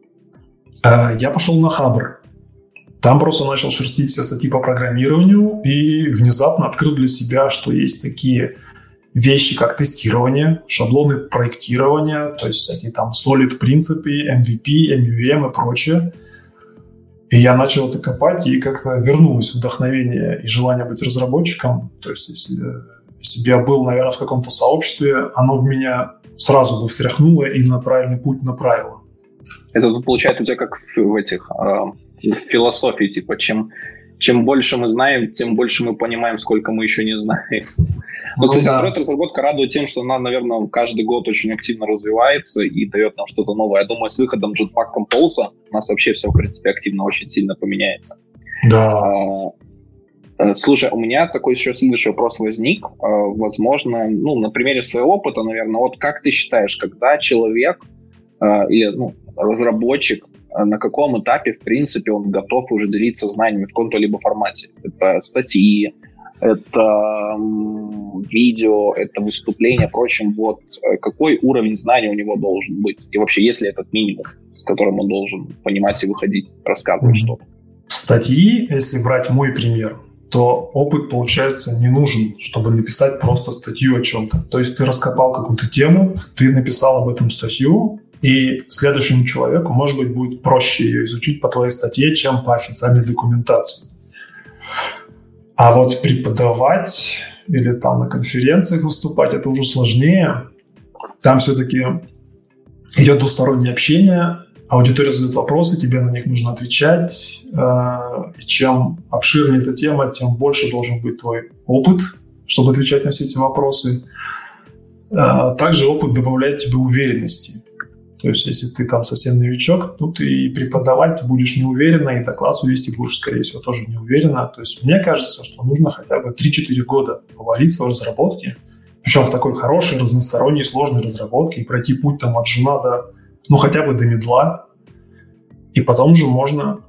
Я пошел на Хабр. Там просто начал шерстить все статьи по программированию и внезапно открыл для себя, что есть такие вещи, как тестирование, шаблоны проектирования, то есть всякие там Solid принципы, эм ви пи, эм ви эм и прочее. И я начал это копать, и как-то вернулось вдохновение и желание быть разработчиком. То есть если, если бы я был, наверное, в каком-то сообществе, оно бы меня сразу бы встряхнуло и на правильный путь направило. Это тут получается у тебя как в этих э, в философии, типа, чем, чем больше мы знаем, тем больше мы понимаем, сколько мы еще не знаем. Ну, кстати, Android-разработка радует тем, что она, наверное, каждый год очень активно развивается и дает нам что-то новое. Я думаю, с выходом Jetpack Compose у нас вообще все, в принципе, активно очень сильно поменяется. Да. А, слушай, у меня такой еще следующий вопрос возник. А, возможно, ну, на примере своего опыта, наверное, вот как ты считаешь, когда человек а, или ну, разработчик, а, на каком этапе, в принципе, он готов уже делиться знаниями в каком-то либо формате? Это статьи, это м, видео, это выступление, прочим, вот какой уровень знаний у него должен быть? И вообще, есть ли этот минимум, с которым он должен понимать и выходить, рассказывать mm-hmm. что-то? В статьи, если брать мой пример, то опыт, получается, не нужен, чтобы написать просто статью о чем-то. То есть ты раскопал какую-то тему, ты написал об этом статью, и следующему человеку, может быть, будет проще ее изучить по твоей статье, чем по официальной документации. А вот преподавать или там на конференциях выступать, это уже сложнее. Там все-таки идет двустороннее общение, аудитория задает вопросы, тебе на них нужно отвечать. И чем обширнее эта тема, тем больше должен быть твой опыт, чтобы отвечать на все эти вопросы. Также опыт добавляет тебе уверенности. То есть, если ты там совсем новичок, ну, ты и преподавать будешь неуверенно, и доклад вести будешь, скорее всего, тоже неуверенно. То есть, мне кажется, что нужно хотя бы три-четыре года повариться в разработке, причем в такой хорошей, разносторонней, сложной разработке, и пройти путь там от жуна до, ну, хотя бы до мидла, и потом же можно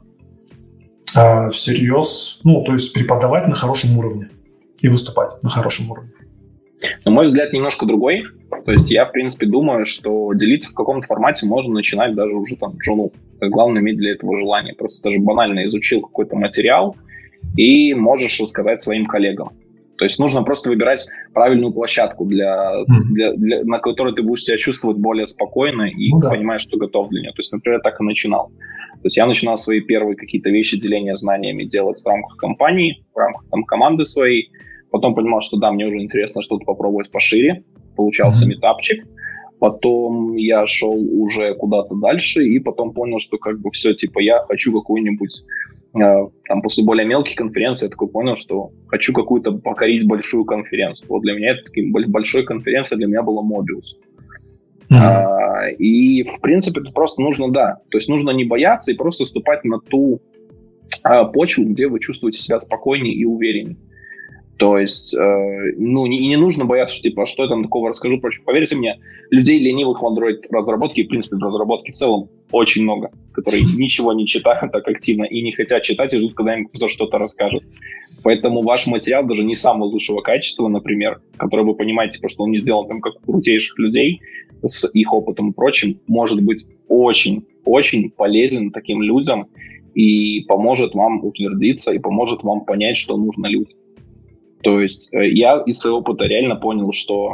э, всерьез, ну, то есть, преподавать на хорошем уровне и выступать на хорошем уровне. На мой взгляд, немножко другой. То есть я, в принципе, думаю, что делиться в каком-то формате можно начинать даже уже там джуну. Главное, иметь для этого желание. Просто даже банально изучил какой-то материал и можешь рассказать своим коллегам. То есть нужно просто выбирать правильную площадку, для, mm. для, для, на которой ты будешь себя чувствовать более спокойно и ну, да. понимаешь, что готов для нее. То есть, например, я так и начинал. То есть я начинал свои первые какие-то вещи, деления знаниями делать в рамках компании, в рамках там, команды своей. Потом понимал, что да, мне уже интересно что-то попробовать пошире. Получался mm-hmm. митапчик. Потом я шел уже куда-то дальше и потом понял, что как бы все, типа, я хочу какую-нибудь, э, там, после более мелких конференций, я такой понял, что хочу какую-то покорить большую конференцию. Вот для меня это таким большой конференцией для меня была Mobius. Mm-hmm. А, и, в принципе, это просто нужно, да, то есть нужно не бояться и просто ступать на ту а, почву, где вы чувствуете себя спокойнее и увереннее. То есть, э, ну, не, не нужно бояться, что, типа, что я там такого расскажу, прочее. Поверьте мне, людей ленивых в Android-разработке, в принципе, в разработке в целом очень много, которые ничего не читают так активно и не хотят читать и ждут, когда им кто-то что-то расскажет. Поэтому ваш материал даже не самого лучшего качества, например, который вы понимаете, типа, что он не сделан там как у крутейших людей с их опытом и прочим, может быть очень-очень полезен таким людям и поможет вам утвердиться и поможет вам понять, что нужно людям. То есть я из своего опыта реально понял, что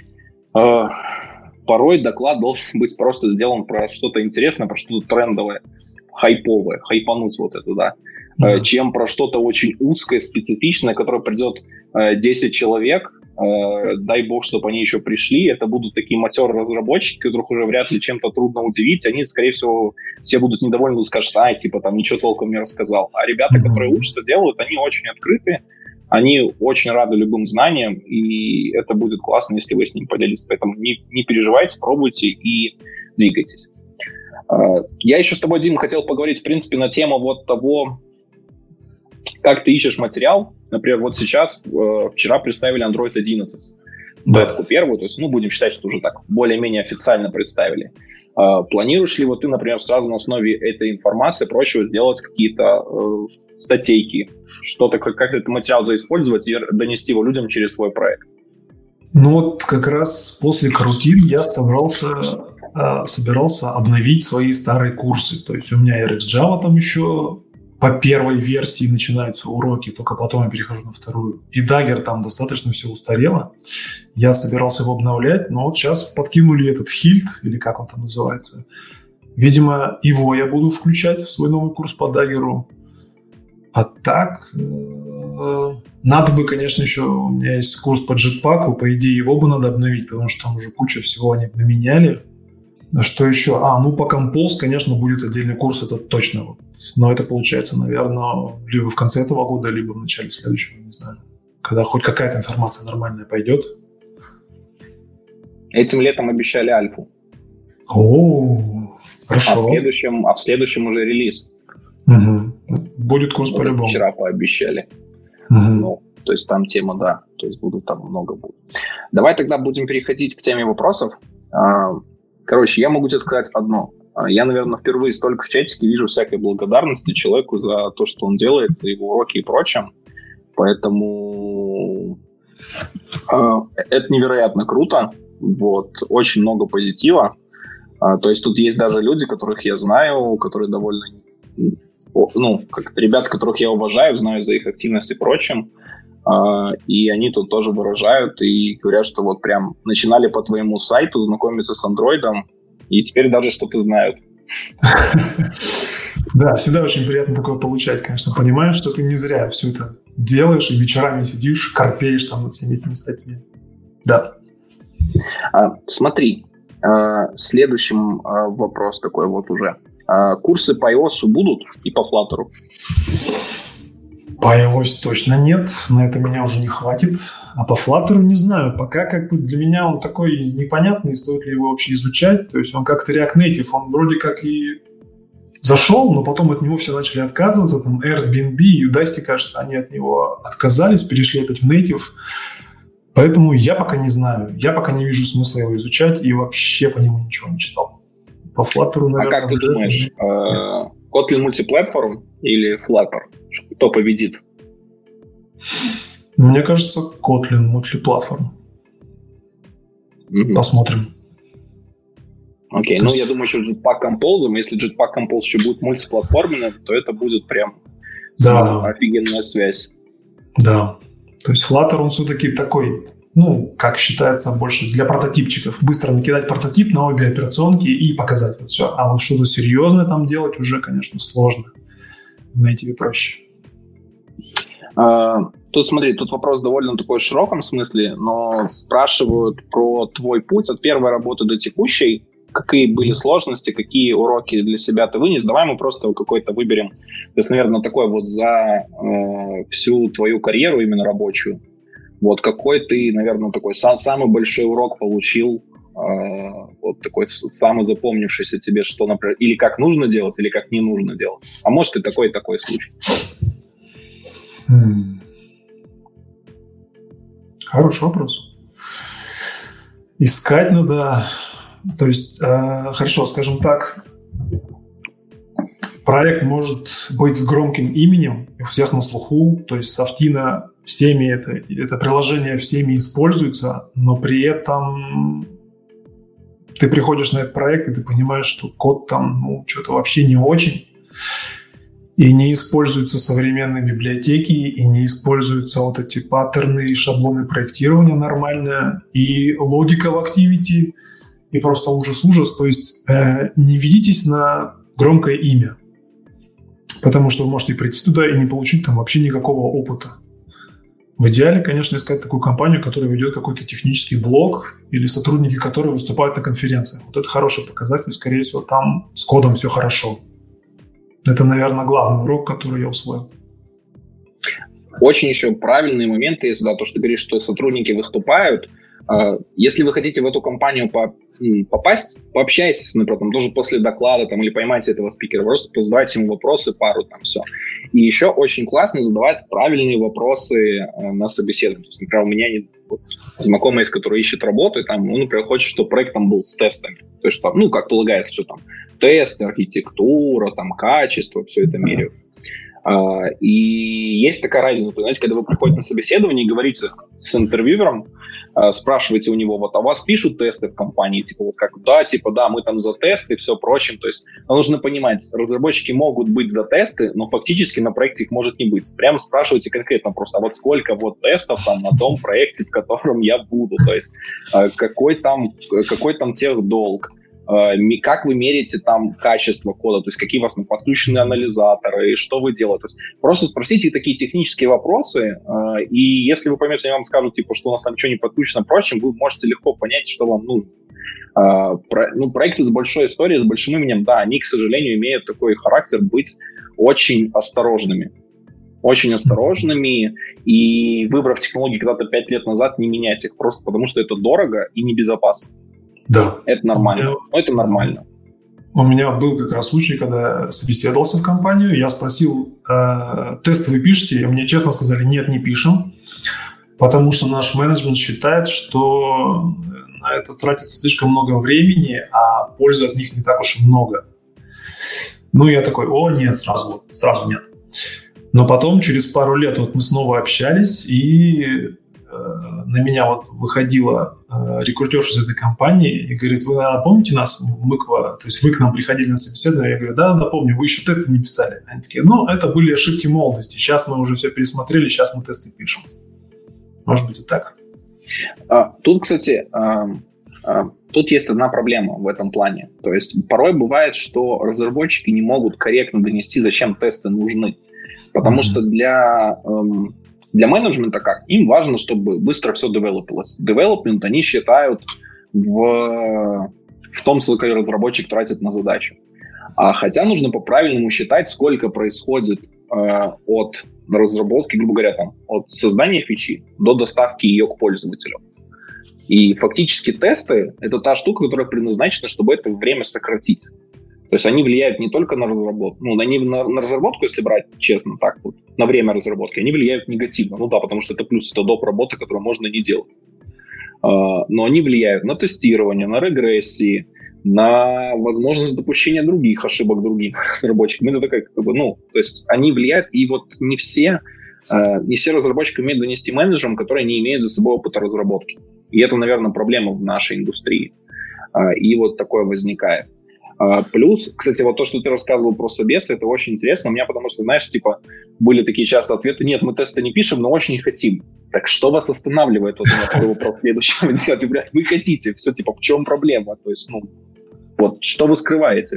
э, порой доклад должен быть просто сделан про что-то интересное, про что-то трендовое, хайповое, хайпануть вот это, да, mm-hmm. э, чем про что-то очень узкое, специфичное, которое придет э, десять человек, э, дай бог, чтобы они еще пришли, это будут такие матерые разработчики, которых уже вряд ли чем-то трудно удивить, они, скорее всего, все будут недовольны и скажут, а, типа, там, ничего толком не рассказал. А ребята, mm-hmm. которые учатся, делают, они очень открытые, Они очень рады любым знаниям, и это будет классно, если вы с ним поделитесь. Поэтому не, не переживайте, пробуйте и двигайтесь. Я еще с тобой, Дим, хотел поговорить, в принципе, на тему вот того, как ты ищешь материал. Например, вот сейчас, вчера представили Android одиннадцать. Бетку первую, то есть, ну, будем считать, что уже так более-менее официально представили. Uh, планируешь ли вот ты, например, сразу на основе этой информации проще сделать какие-то uh, статейки, что-то, как, как этот материал заиспользовать и донести его людям через свой проект? Ну вот как раз после карутин я собрался, uh, собирался обновить свои старые курсы. То есть у меня эр икс Java там еще по первой версии начинаются уроки, только потом я перехожу на вторую. И Dagger там достаточно все устарело. Я собирался его обновлять, но вот сейчас подкинули этот Hilt, или как он там называется. Видимо, его я буду включать в свой новый курс по Dagger. А так, э, надо бы, конечно, еще... У меня есть курс по Jetpack, по идее, его бы надо обновить, потому что там уже куча всего они наменяли. А что еще? А, ну, по Compose, конечно, будет отдельный курс, это точно. Вот. Но это получается, наверное, либо в конце этого года, либо в начале следующего, не знаю. Когда хоть какая-то информация нормальная пойдет. Этим летом обещали альфу. О, хорошо. А в следующем, а в следующем уже релиз. Угу. Будет курс вот по-любому. Вчера пообещали. Угу. Ну, то есть там тема, да. То есть будут там много будет. Давай тогда будем переходить к теме вопросов. Короче, я могу тебе сказать одно. Я, наверное, впервые столько в чатике вижу всякой благодарности человеку за то, что он делает, за его уроки и прочее. Поэтому э, это невероятно круто. Вот. Очень много позитива. А, то есть тут есть даже люди, которых я знаю, которые довольно... Ну, как ребята, которых я уважаю, знаю за их активность и прочим. Uh, и они тут тоже выражают и говорят, что вот прям начинали по твоему сайту знакомиться с андроидом, и теперь даже что-то знают. Да, всегда очень приятно такое получать, конечно. Понимаешь, что ты не зря все это делаешь и вечерами сидишь, корпеешь там над всеми этими статьями. Да. Uh, смотри, uh, следующим uh, вопрос такой вот уже. Uh, курсы по iOS будут и по Flutter? По iOS точно нет, на это меня уже не хватит. А по Flutter не знаю. Пока как бы для меня он такой непонятный, стоит ли его вообще изучать. То есть он как-то React Native, он вроде как и зашел, но потом от него все начали отказываться. Там Airbnb и Udacity, кажется, они от него отказались, перешли опять в Native. Поэтому я пока не знаю. Я пока не вижу смысла его изучать и вообще по нему ничего не читал. По Flutter, наверное... А как ты думаешь, Kotlin мультиплатформ или Flutter? Кто победит? Мне кажется, Kotlin мультиплатформ. Mm-hmm. Посмотрим. Окей, okay. Ну я думаю, что Jetpack Compose, если Jetpack Compose еще будет мультиплатформенным, то это будет прям да. офигенная связь. Да. То есть Flutter, он все-таки такой, ну, как считается, больше для прототипчиков. Быстро накидать прототип на обе операционки и показать вот все. А вот что-то серьезное там делать уже, конечно, сложно. В Native проще. Uh, тут, смотри, тут вопрос довольно такой в широком смысле, но спрашивают про твой путь от первой работы до текущей. Какие были сложности, какие уроки для себя ты вынес? Давай мы просто какой-то выберем. То есть, наверное, такой вот за э, всю твою карьеру именно рабочую. Вот какой ты, наверное, такой сам, самый большой урок получил, э, вот такой самый запомнившийся тебе, что, например, или как нужно делать, или как не нужно делать. А может и такой такой случай. Hmm. Хороший вопрос. Искать надо... То есть, э, хорошо, скажем так, проект может быть с громким именем, у всех на слуху, то есть Softina всеми это, это приложение всеми используется, но при этом ты приходишь на этот проект, и ты понимаешь, что код там, ну, что-то вообще не очень, и не используются современные библиотеки, и не используются вот эти паттерны и шаблоны проектирования нормально, и логика в Activity, и просто ужас-ужас. То есть э, не ведитесь на громкое имя, потому что вы можете прийти туда и не получить там вообще никакого опыта. В идеале, конечно, искать такую компанию, которая ведет какой-то технический блог или сотрудники, которые выступают на конференциях. Вот это хороший показатель, скорее всего, там с кодом все хорошо. Это, наверное, главный урок, который я усвоил. очень еще правильные моменты есть, да, то, что ты говоришь, что сотрудники выступают. Если вы хотите в эту компанию попасть, пообщайтесь, например, там, тоже после доклада там, или поймайте этого спикера, просто позадавайте ему вопросы, пару, там, все. И еще очень классно задавать правильные вопросы на собеседовании. То есть, например, у меня вот, знакомый, который ищет работу, и там, ну, например, хочет, чтобы проект там был с тестами. То есть, там, ну, как полагается, все там, тесты, архитектура, там, качество, все это меряют. Uh, и есть такая разница, понимаете, когда вы приходите на собеседование и говорите с интервьюером, uh, спрашиваете у него, вот, а у вас пишут тесты в компании, типа, вот как, да, типа, да, мы там за тесты и все прочее, то есть нужно понимать, разработчики могут быть за тесты, но фактически на проекте их может не быть. Прямо спрашивайте конкретно просто, а вот сколько вот тестов там на том проекте, в котором я буду, то есть uh, какой там, какой там техдолг, как вы меряете там качество кода, то есть какие у вас там подключены анализаторы, что вы делаете. То есть просто спросите такие технические вопросы, и если вы поймете, они вам скажут, типа, что у нас там ничего не подключено, прочим, вы можете легко понять, что вам нужно. Ну, проекты с большой историей, с большим именем, да, они, к сожалению, имеют такой характер быть очень осторожными. Очень осторожными, и выбрав технологии когда-то пять лет назад, не менять их, просто потому что это дорого и небезопасно. Да. Это нормально. Ну, это нормально. У меня был как раз случай, когда я собеседовался в компанию, я спросил, э, тесты вы пишете? И мне честно сказали, нет, не пишем, потому что наш менеджмент считает, что на это тратится слишком много времени, а пользы от них не так уж и много. Ну, я такой, о, нет, сразу, сразу нет. Но потом, через пару лет, вот мы снова общались, и на меня вот выходила э, рекрутерша из этой компании и говорит, вы, наверное, помните нас? Мы к, то есть вы к нам приходили на собеседование? Я говорю, да, да, помню, вы еще тесты не писали. Они такие, ну, это были ошибки молодости. Сейчас мы уже все пересмотрели, сейчас мы тесты пишем. Может быть и так. А, тут, кстати, а, а, тут есть одна проблема в этом плане. То есть порой бывает, что разработчики не могут корректно донести, зачем тесты нужны. Потому mm-hmm. что для... Эм, Для менеджмента как? Им важно, чтобы быстро все девелопилось. Девелопмент они считают в, в том, сколько разработчик тратит на задачу. А хотя нужно по-правильному считать, сколько происходит э, от разработки, грубо говоря, там, от создания фичи до доставки ее к пользователю. И фактически тесты — это та штука, которая предназначена, чтобы это время сократить. То есть они влияют не только на разработку, ну, они на, на разработку, если брать честно, так вот, на время разработки, они влияют негативно. Ну да, потому что это плюс, это доп. Работа, которую можно не делать. Uh, но они влияют на тестирование, на регрессии, на возможность допущения других ошибок другим разработчикам. Это такая, как бы, ну, то есть они влияют, и вот не все, uh, не все разработчики умеют донести менеджерам, которые не имеют за собой опыта разработки. И это, наверное, проблема в нашей индустрии. Uh, и вот такое возникает. Uh, плюс, кстати, вот то, что ты рассказывал про собесы, это очень интересно. У меня, потому что, знаешь, типа, были такие часто ответы: нет, мы тесты не пишем, но очень хотим. Так что вас останавливает? Вот у меня такой вопрос следующего дня. Ты, блядь, вы хотите. Все, типа, в чем проблема? То есть, ну, вот, что вы скрываете?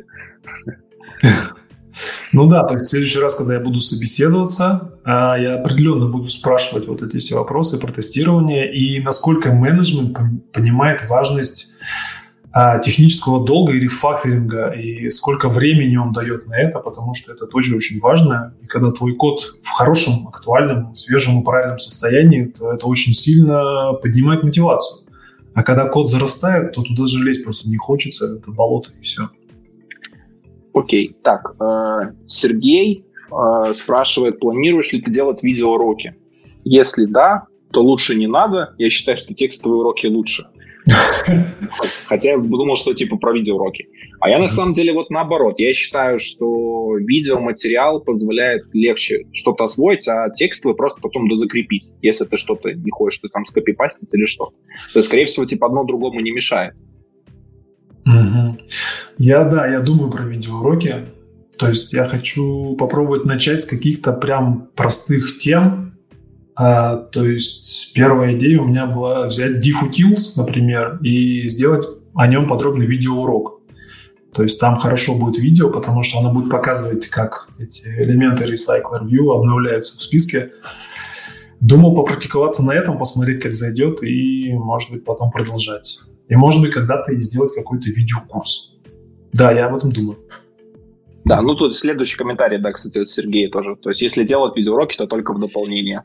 Ну да, то есть в следующий раз, когда я буду собеседоваться, я определенно буду спрашивать вот эти все вопросы про тестирование и насколько менеджмент понимает важность технического долга и рефакторинга, и сколько времени он дает на это, потому что это тоже очень важно. И когда твой код в хорошем, актуальном, свежем и правильном состоянии, то это очень сильно поднимает мотивацию. А когда код зарастает, то туда же лезть просто не хочется, это болото и все. Окей, так, э, Сергей э, спрашивает, планируешь ли ты делать видеоуроки? Если да, то лучше не надо. Я считаю, что текстовые уроки лучше. Хотя я думал, что типа про видеоуроки. А я на самом деле вот наоборот. Я считаю, что видеоматериал позволяет легче что-то освоить, а текстовый просто потом дозакрепить, если ты что-то не хочешь, ты там скопипастить или что. То есть, скорее всего, типа одно другому не мешает. Угу. Я, да, я думаю про видеоуроки. То есть я хочу попробовать начать с каких-то прям простых тем. А, то есть первая идея у меня была взять DiffUtils, например, и сделать о нем подробный видеоурок. То есть там хорошо будет видео, потому что оно будет показывать, как эти элементы Recycler View обновляются в списке. Думал попрактиковаться на этом, посмотреть, как зайдет, и, может быть, потом продолжать. И, может быть, когда-то и сделать какой-то видеокурс. Да, я об этом думаю. Да, ну тут следующий комментарий, да, кстати, от Сергея тоже. То есть, если делать видеоуроки, то только в дополнение.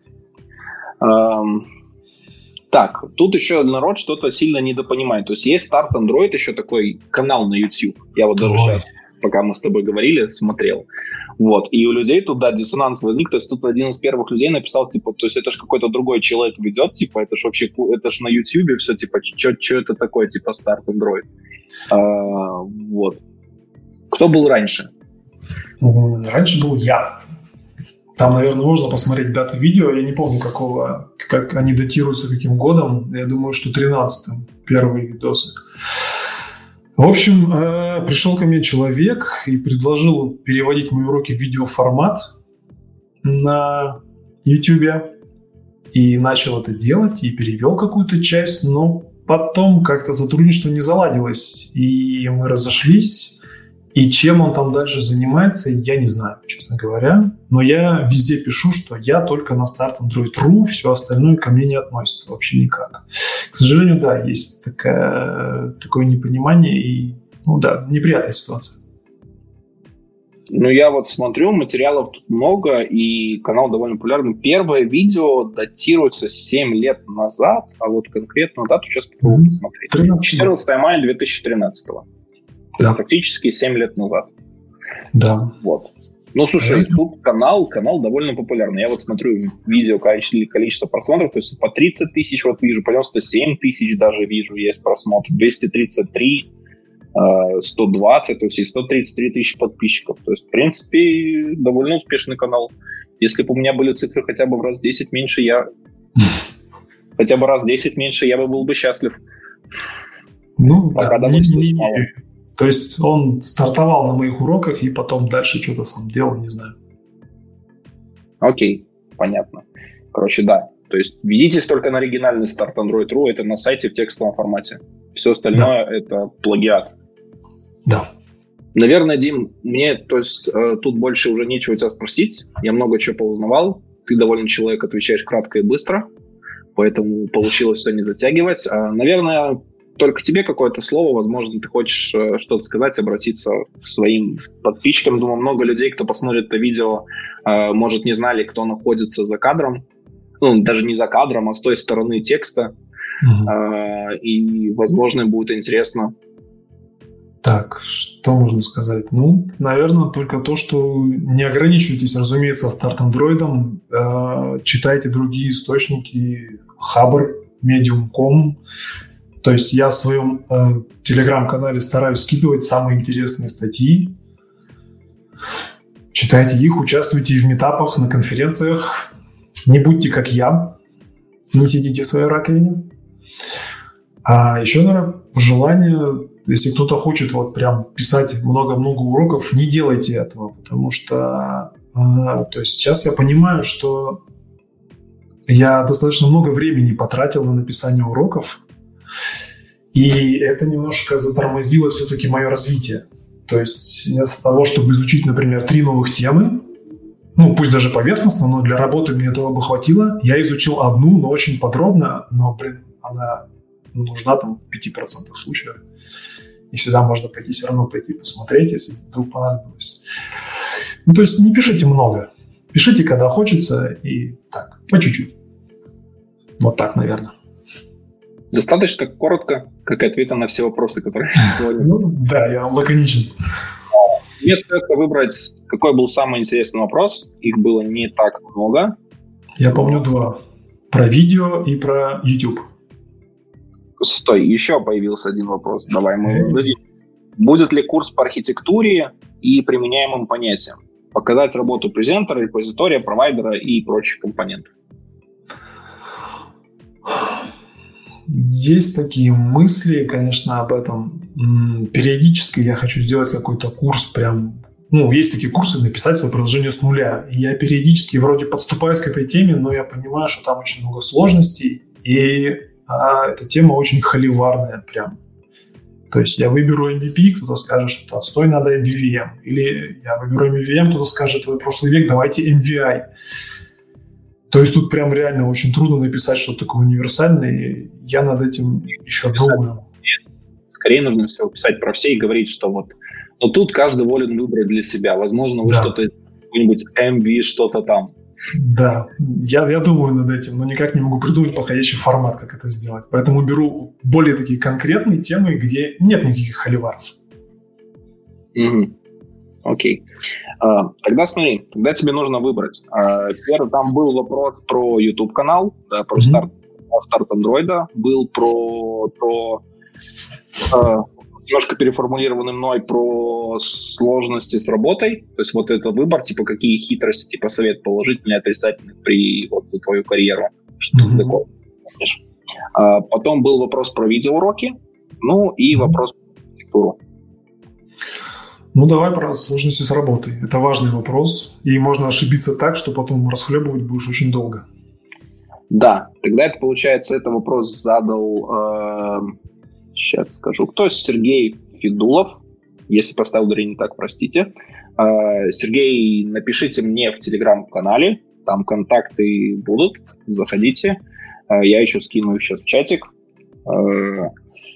Эм, так, тут еще народ что-то сильно недопонимает. То есть, есть старт Android, еще такой канал на YouTube. Я вот даже Ой. сейчас, пока мы с тобой говорили, смотрел. Вот, и у людей тут, да, диссонанс возник. То есть, тут один из первых людей написал, типа, то есть, это же какой-то другой человек ведет, типа, это же вообще, это же на YouTube все, типа, что это такое, типа, старт Android. А, вот. Кто был раньше? Раньше был я. Там, наверное, можно посмотреть даты видео. Я не помню, какого, как они датируются, каким годом. Я думаю, что тринадцатым первые видосы. В общем, э, пришел ко мне человек и предложил переводить мои уроки в видеоформат на YouTube. И начал это делать, и перевел какую-то часть, но потом как-то сотрудничество не заладилось, и мы разошлись. И чем он там дальше занимается, я не знаю, честно говоря. Но я везде пишу, что я только на старт Android точка ру, все остальное ко мне не относится вообще никак. К сожалению, да, есть такая, такое непонимание и, ну да, неприятная ситуация. Ну, я вот смотрю, материалов тут много, и канал довольно популярный. Первое видео датируется семь лет назад, а вот конкретную дату сейчас попробую посмотреть. четырнадцатого мая две тысячи тринадцатого. Да. Практически семь лет назад. Да. Вот. Ну, слушай, да. Тут канал, канал довольно популярный. Я вот смотрю видео, количество, количество просмотров, то есть по тридцать тысяч вот вижу, по девяносто семь тысяч даже вижу, есть просмотр, двести тридцать три, сто двадцать, то есть и сто тридцать три тысячи подписчиков. То есть, в принципе, довольно успешный канал. Если бы у меня были цифры хотя бы в раз десять меньше, я... Хотя бы раз десять меньше, я бы был бы счастлив. Ну, пока да, довольствуюсь мало. То есть он стартовал на моих уроках и потом дальше что-то сам делал, не знаю. Окей, понятно. Короче, да. То есть ведитесь только на оригинальный старт Android точка ру, это на сайте в текстовом формате. Все остальное да. Это плагиат. Да. Наверное, Дим, мне то есть, э, тут больше уже нечего у тебя спросить. Я много чего поузнавал. Ты довольно человек, отвечаешь кратко и быстро. Поэтому получилось все не затягивать. А, наверное, только тебе какое-то слово, возможно, ты хочешь э, что-то сказать, обратиться к своим подписчикам. Думаю, много людей, кто посмотрит это видео, э, может, не знали, кто находится за кадром. Ну, даже не за кадром, а с той стороны текста. Угу. Э, и, возможно, будет интересно. Так, что можно сказать? Ну, наверное, только то, что не ограничивайтесь, разумеется, старт андроидом. Э, читайте другие источники, Хабр, медиум точка ком. То есть я в своем э, телеграм-канале стараюсь скидывать самые интересные статьи. Читайте их, участвуйте в митапах, на конференциях. Не будьте как я. Не сидите в своей раковине. А еще, наверное, пожелание, если кто-то хочет вот прям писать много-много уроков, не делайте этого, потому что э, то есть сейчас я понимаю, что я достаточно много времени потратил на написание уроков, и это немножко затормозило все-таки мое развитие. То есть вместо того, чтобы изучить, например, три новых темы, ну, пусть даже поверхностно, но для работы мне этого бы хватило, я изучил одну, но очень подробно, но, блин, она нужна там в пяти процентах случаев. И всегда можно пойти, все равно пойти посмотреть, если вдруг понадобилось. Ну, то есть не пишите много. Пишите, когда хочется, и так, по чуть-чуть. Вот так, наверное. Достаточно коротко, как ответы на все вопросы, которые сегодня... Ну, да, я лаконичен. Мне остается выбрать, какой был самый интересный вопрос. Их было не так много. Я помню два. Про видео и про YouTube. Стой, еще появился один вопрос. Давай мы выйдем. Будет ли курс по архитектуре и применяемым понятиям? Показать работу презентера, репозитория, провайдера и прочих компонентов. Есть такие мысли, конечно, об этом. Периодически я хочу сделать какой-то курс прям... Ну, есть такие курсы, написать свое приложение с нуля. И я периодически вроде подступаюсь к этой теме, но я понимаю, что там очень много сложностей. И а, эта тема очень холиварная прям. То есть я выберу эм ви пи, кто-то скажет, что отстой, надо эм ви ви эм. Или я выберу эм ви ви эм, кто-то скажет, это прошлый век, давайте эм ви ай. То есть тут прям реально очень трудно написать что-то такое универсальное, и я над этим еще писать. думаю. Скорее нужно все писать про все и говорить, что вот Но тут каждый волен выбрать для себя. Возможно, вы Да. что-то, какой-нибудь эм ви, что-то там. Да, я, я думаю над этим, но никак не могу придумать подходящий формат, как это сделать. Поэтому беру более такие конкретные темы, где нет никаких холиваров. Мгм. Окей. А, тогда смотри, тогда тебе нужно выбрать. А, первый, там был вопрос про YouTube-канал, да, про Мгм. старт, старт андроида, был про, про а, немножко переформулированный мной про сложности с работой. То есть вот это выбор, типа какие хитрости, типа совет положительный, отрицательный при вот за твою карьеру. Что Мгм. такое? Помнишь? А, потом был вопрос про видеоуроки, ну и Мгм. вопрос про архитектуру. Ну, давай про сложности с работой. Это важный вопрос, и можно ошибиться так, что потом расхлебывать будешь очень долго. Да, тогда это получается, это вопрос задал, э, сейчас скажу, кто? Сергей Федулов, если поставил ударение так, простите. Э, Сергей, напишите мне в телеграм-канале, там контакты будут, заходите. Э, я еще скину их сейчас в чатик. Э,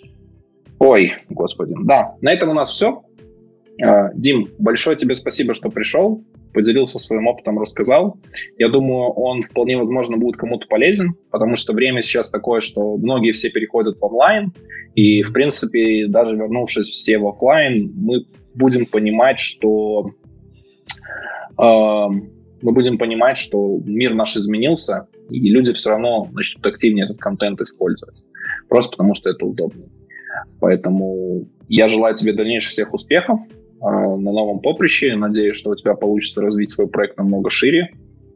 ой, господи. Да, на этом у нас все. Э, Дим, большое тебе спасибо, что пришел, поделился своим опытом, рассказал. Я думаю, он вполне возможно будет кому-то полезен, потому что время сейчас такое, что многие все переходят в онлайн, и, в принципе, даже вернувшись все в офлайн, мы будем понимать, что э, мы будем понимать, что мир наш изменился, и люди все равно начнут активнее этот контент использовать, просто потому что это удобно. Поэтому я желаю тебе дальнейших всех успехов э, на новом поприще. Надеюсь, что у тебя получится развить свой проект намного шире.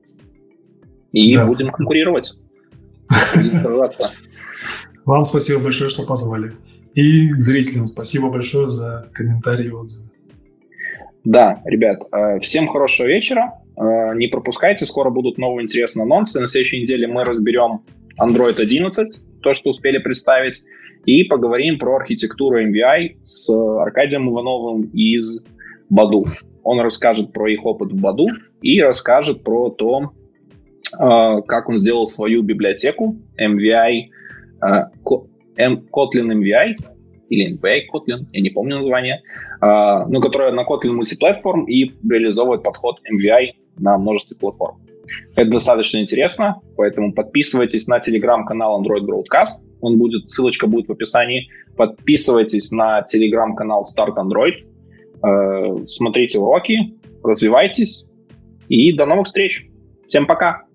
И Да. будем конкурировать. Будем сражаться. Вам спасибо большое, что позвали. И зрителям спасибо большое за комментарии и отзывы. Да, ребят, э, всем хорошего вечера. Э, Не пропускайте, скоро будут новые интересные анонсы. На следующей неделе мы разберем Android одиннадцать, то, что успели представить, и поговорим про архитектуру эм ви ай с Аркадием Ивановым из Баду. Он расскажет про их опыт в Баду и расскажет про то, э, как он сделал свою библиотеку эм ви ай, э, Ко- эм- Kotlin эм ви ай, или эм ви ай Kotlin, я не помню название, э, но которая на Kotlin мультиплатформ и реализовывает подход эм ви ай на множестве платформ. Это достаточно интересно, поэтому подписывайтесь на телеграм-канал Android Broadcast, он будет, ссылочка будет в описании. Подписывайтесь на телеграм-канал Start Android, э, смотрите уроки, развивайтесь и до новых встреч. Всем пока!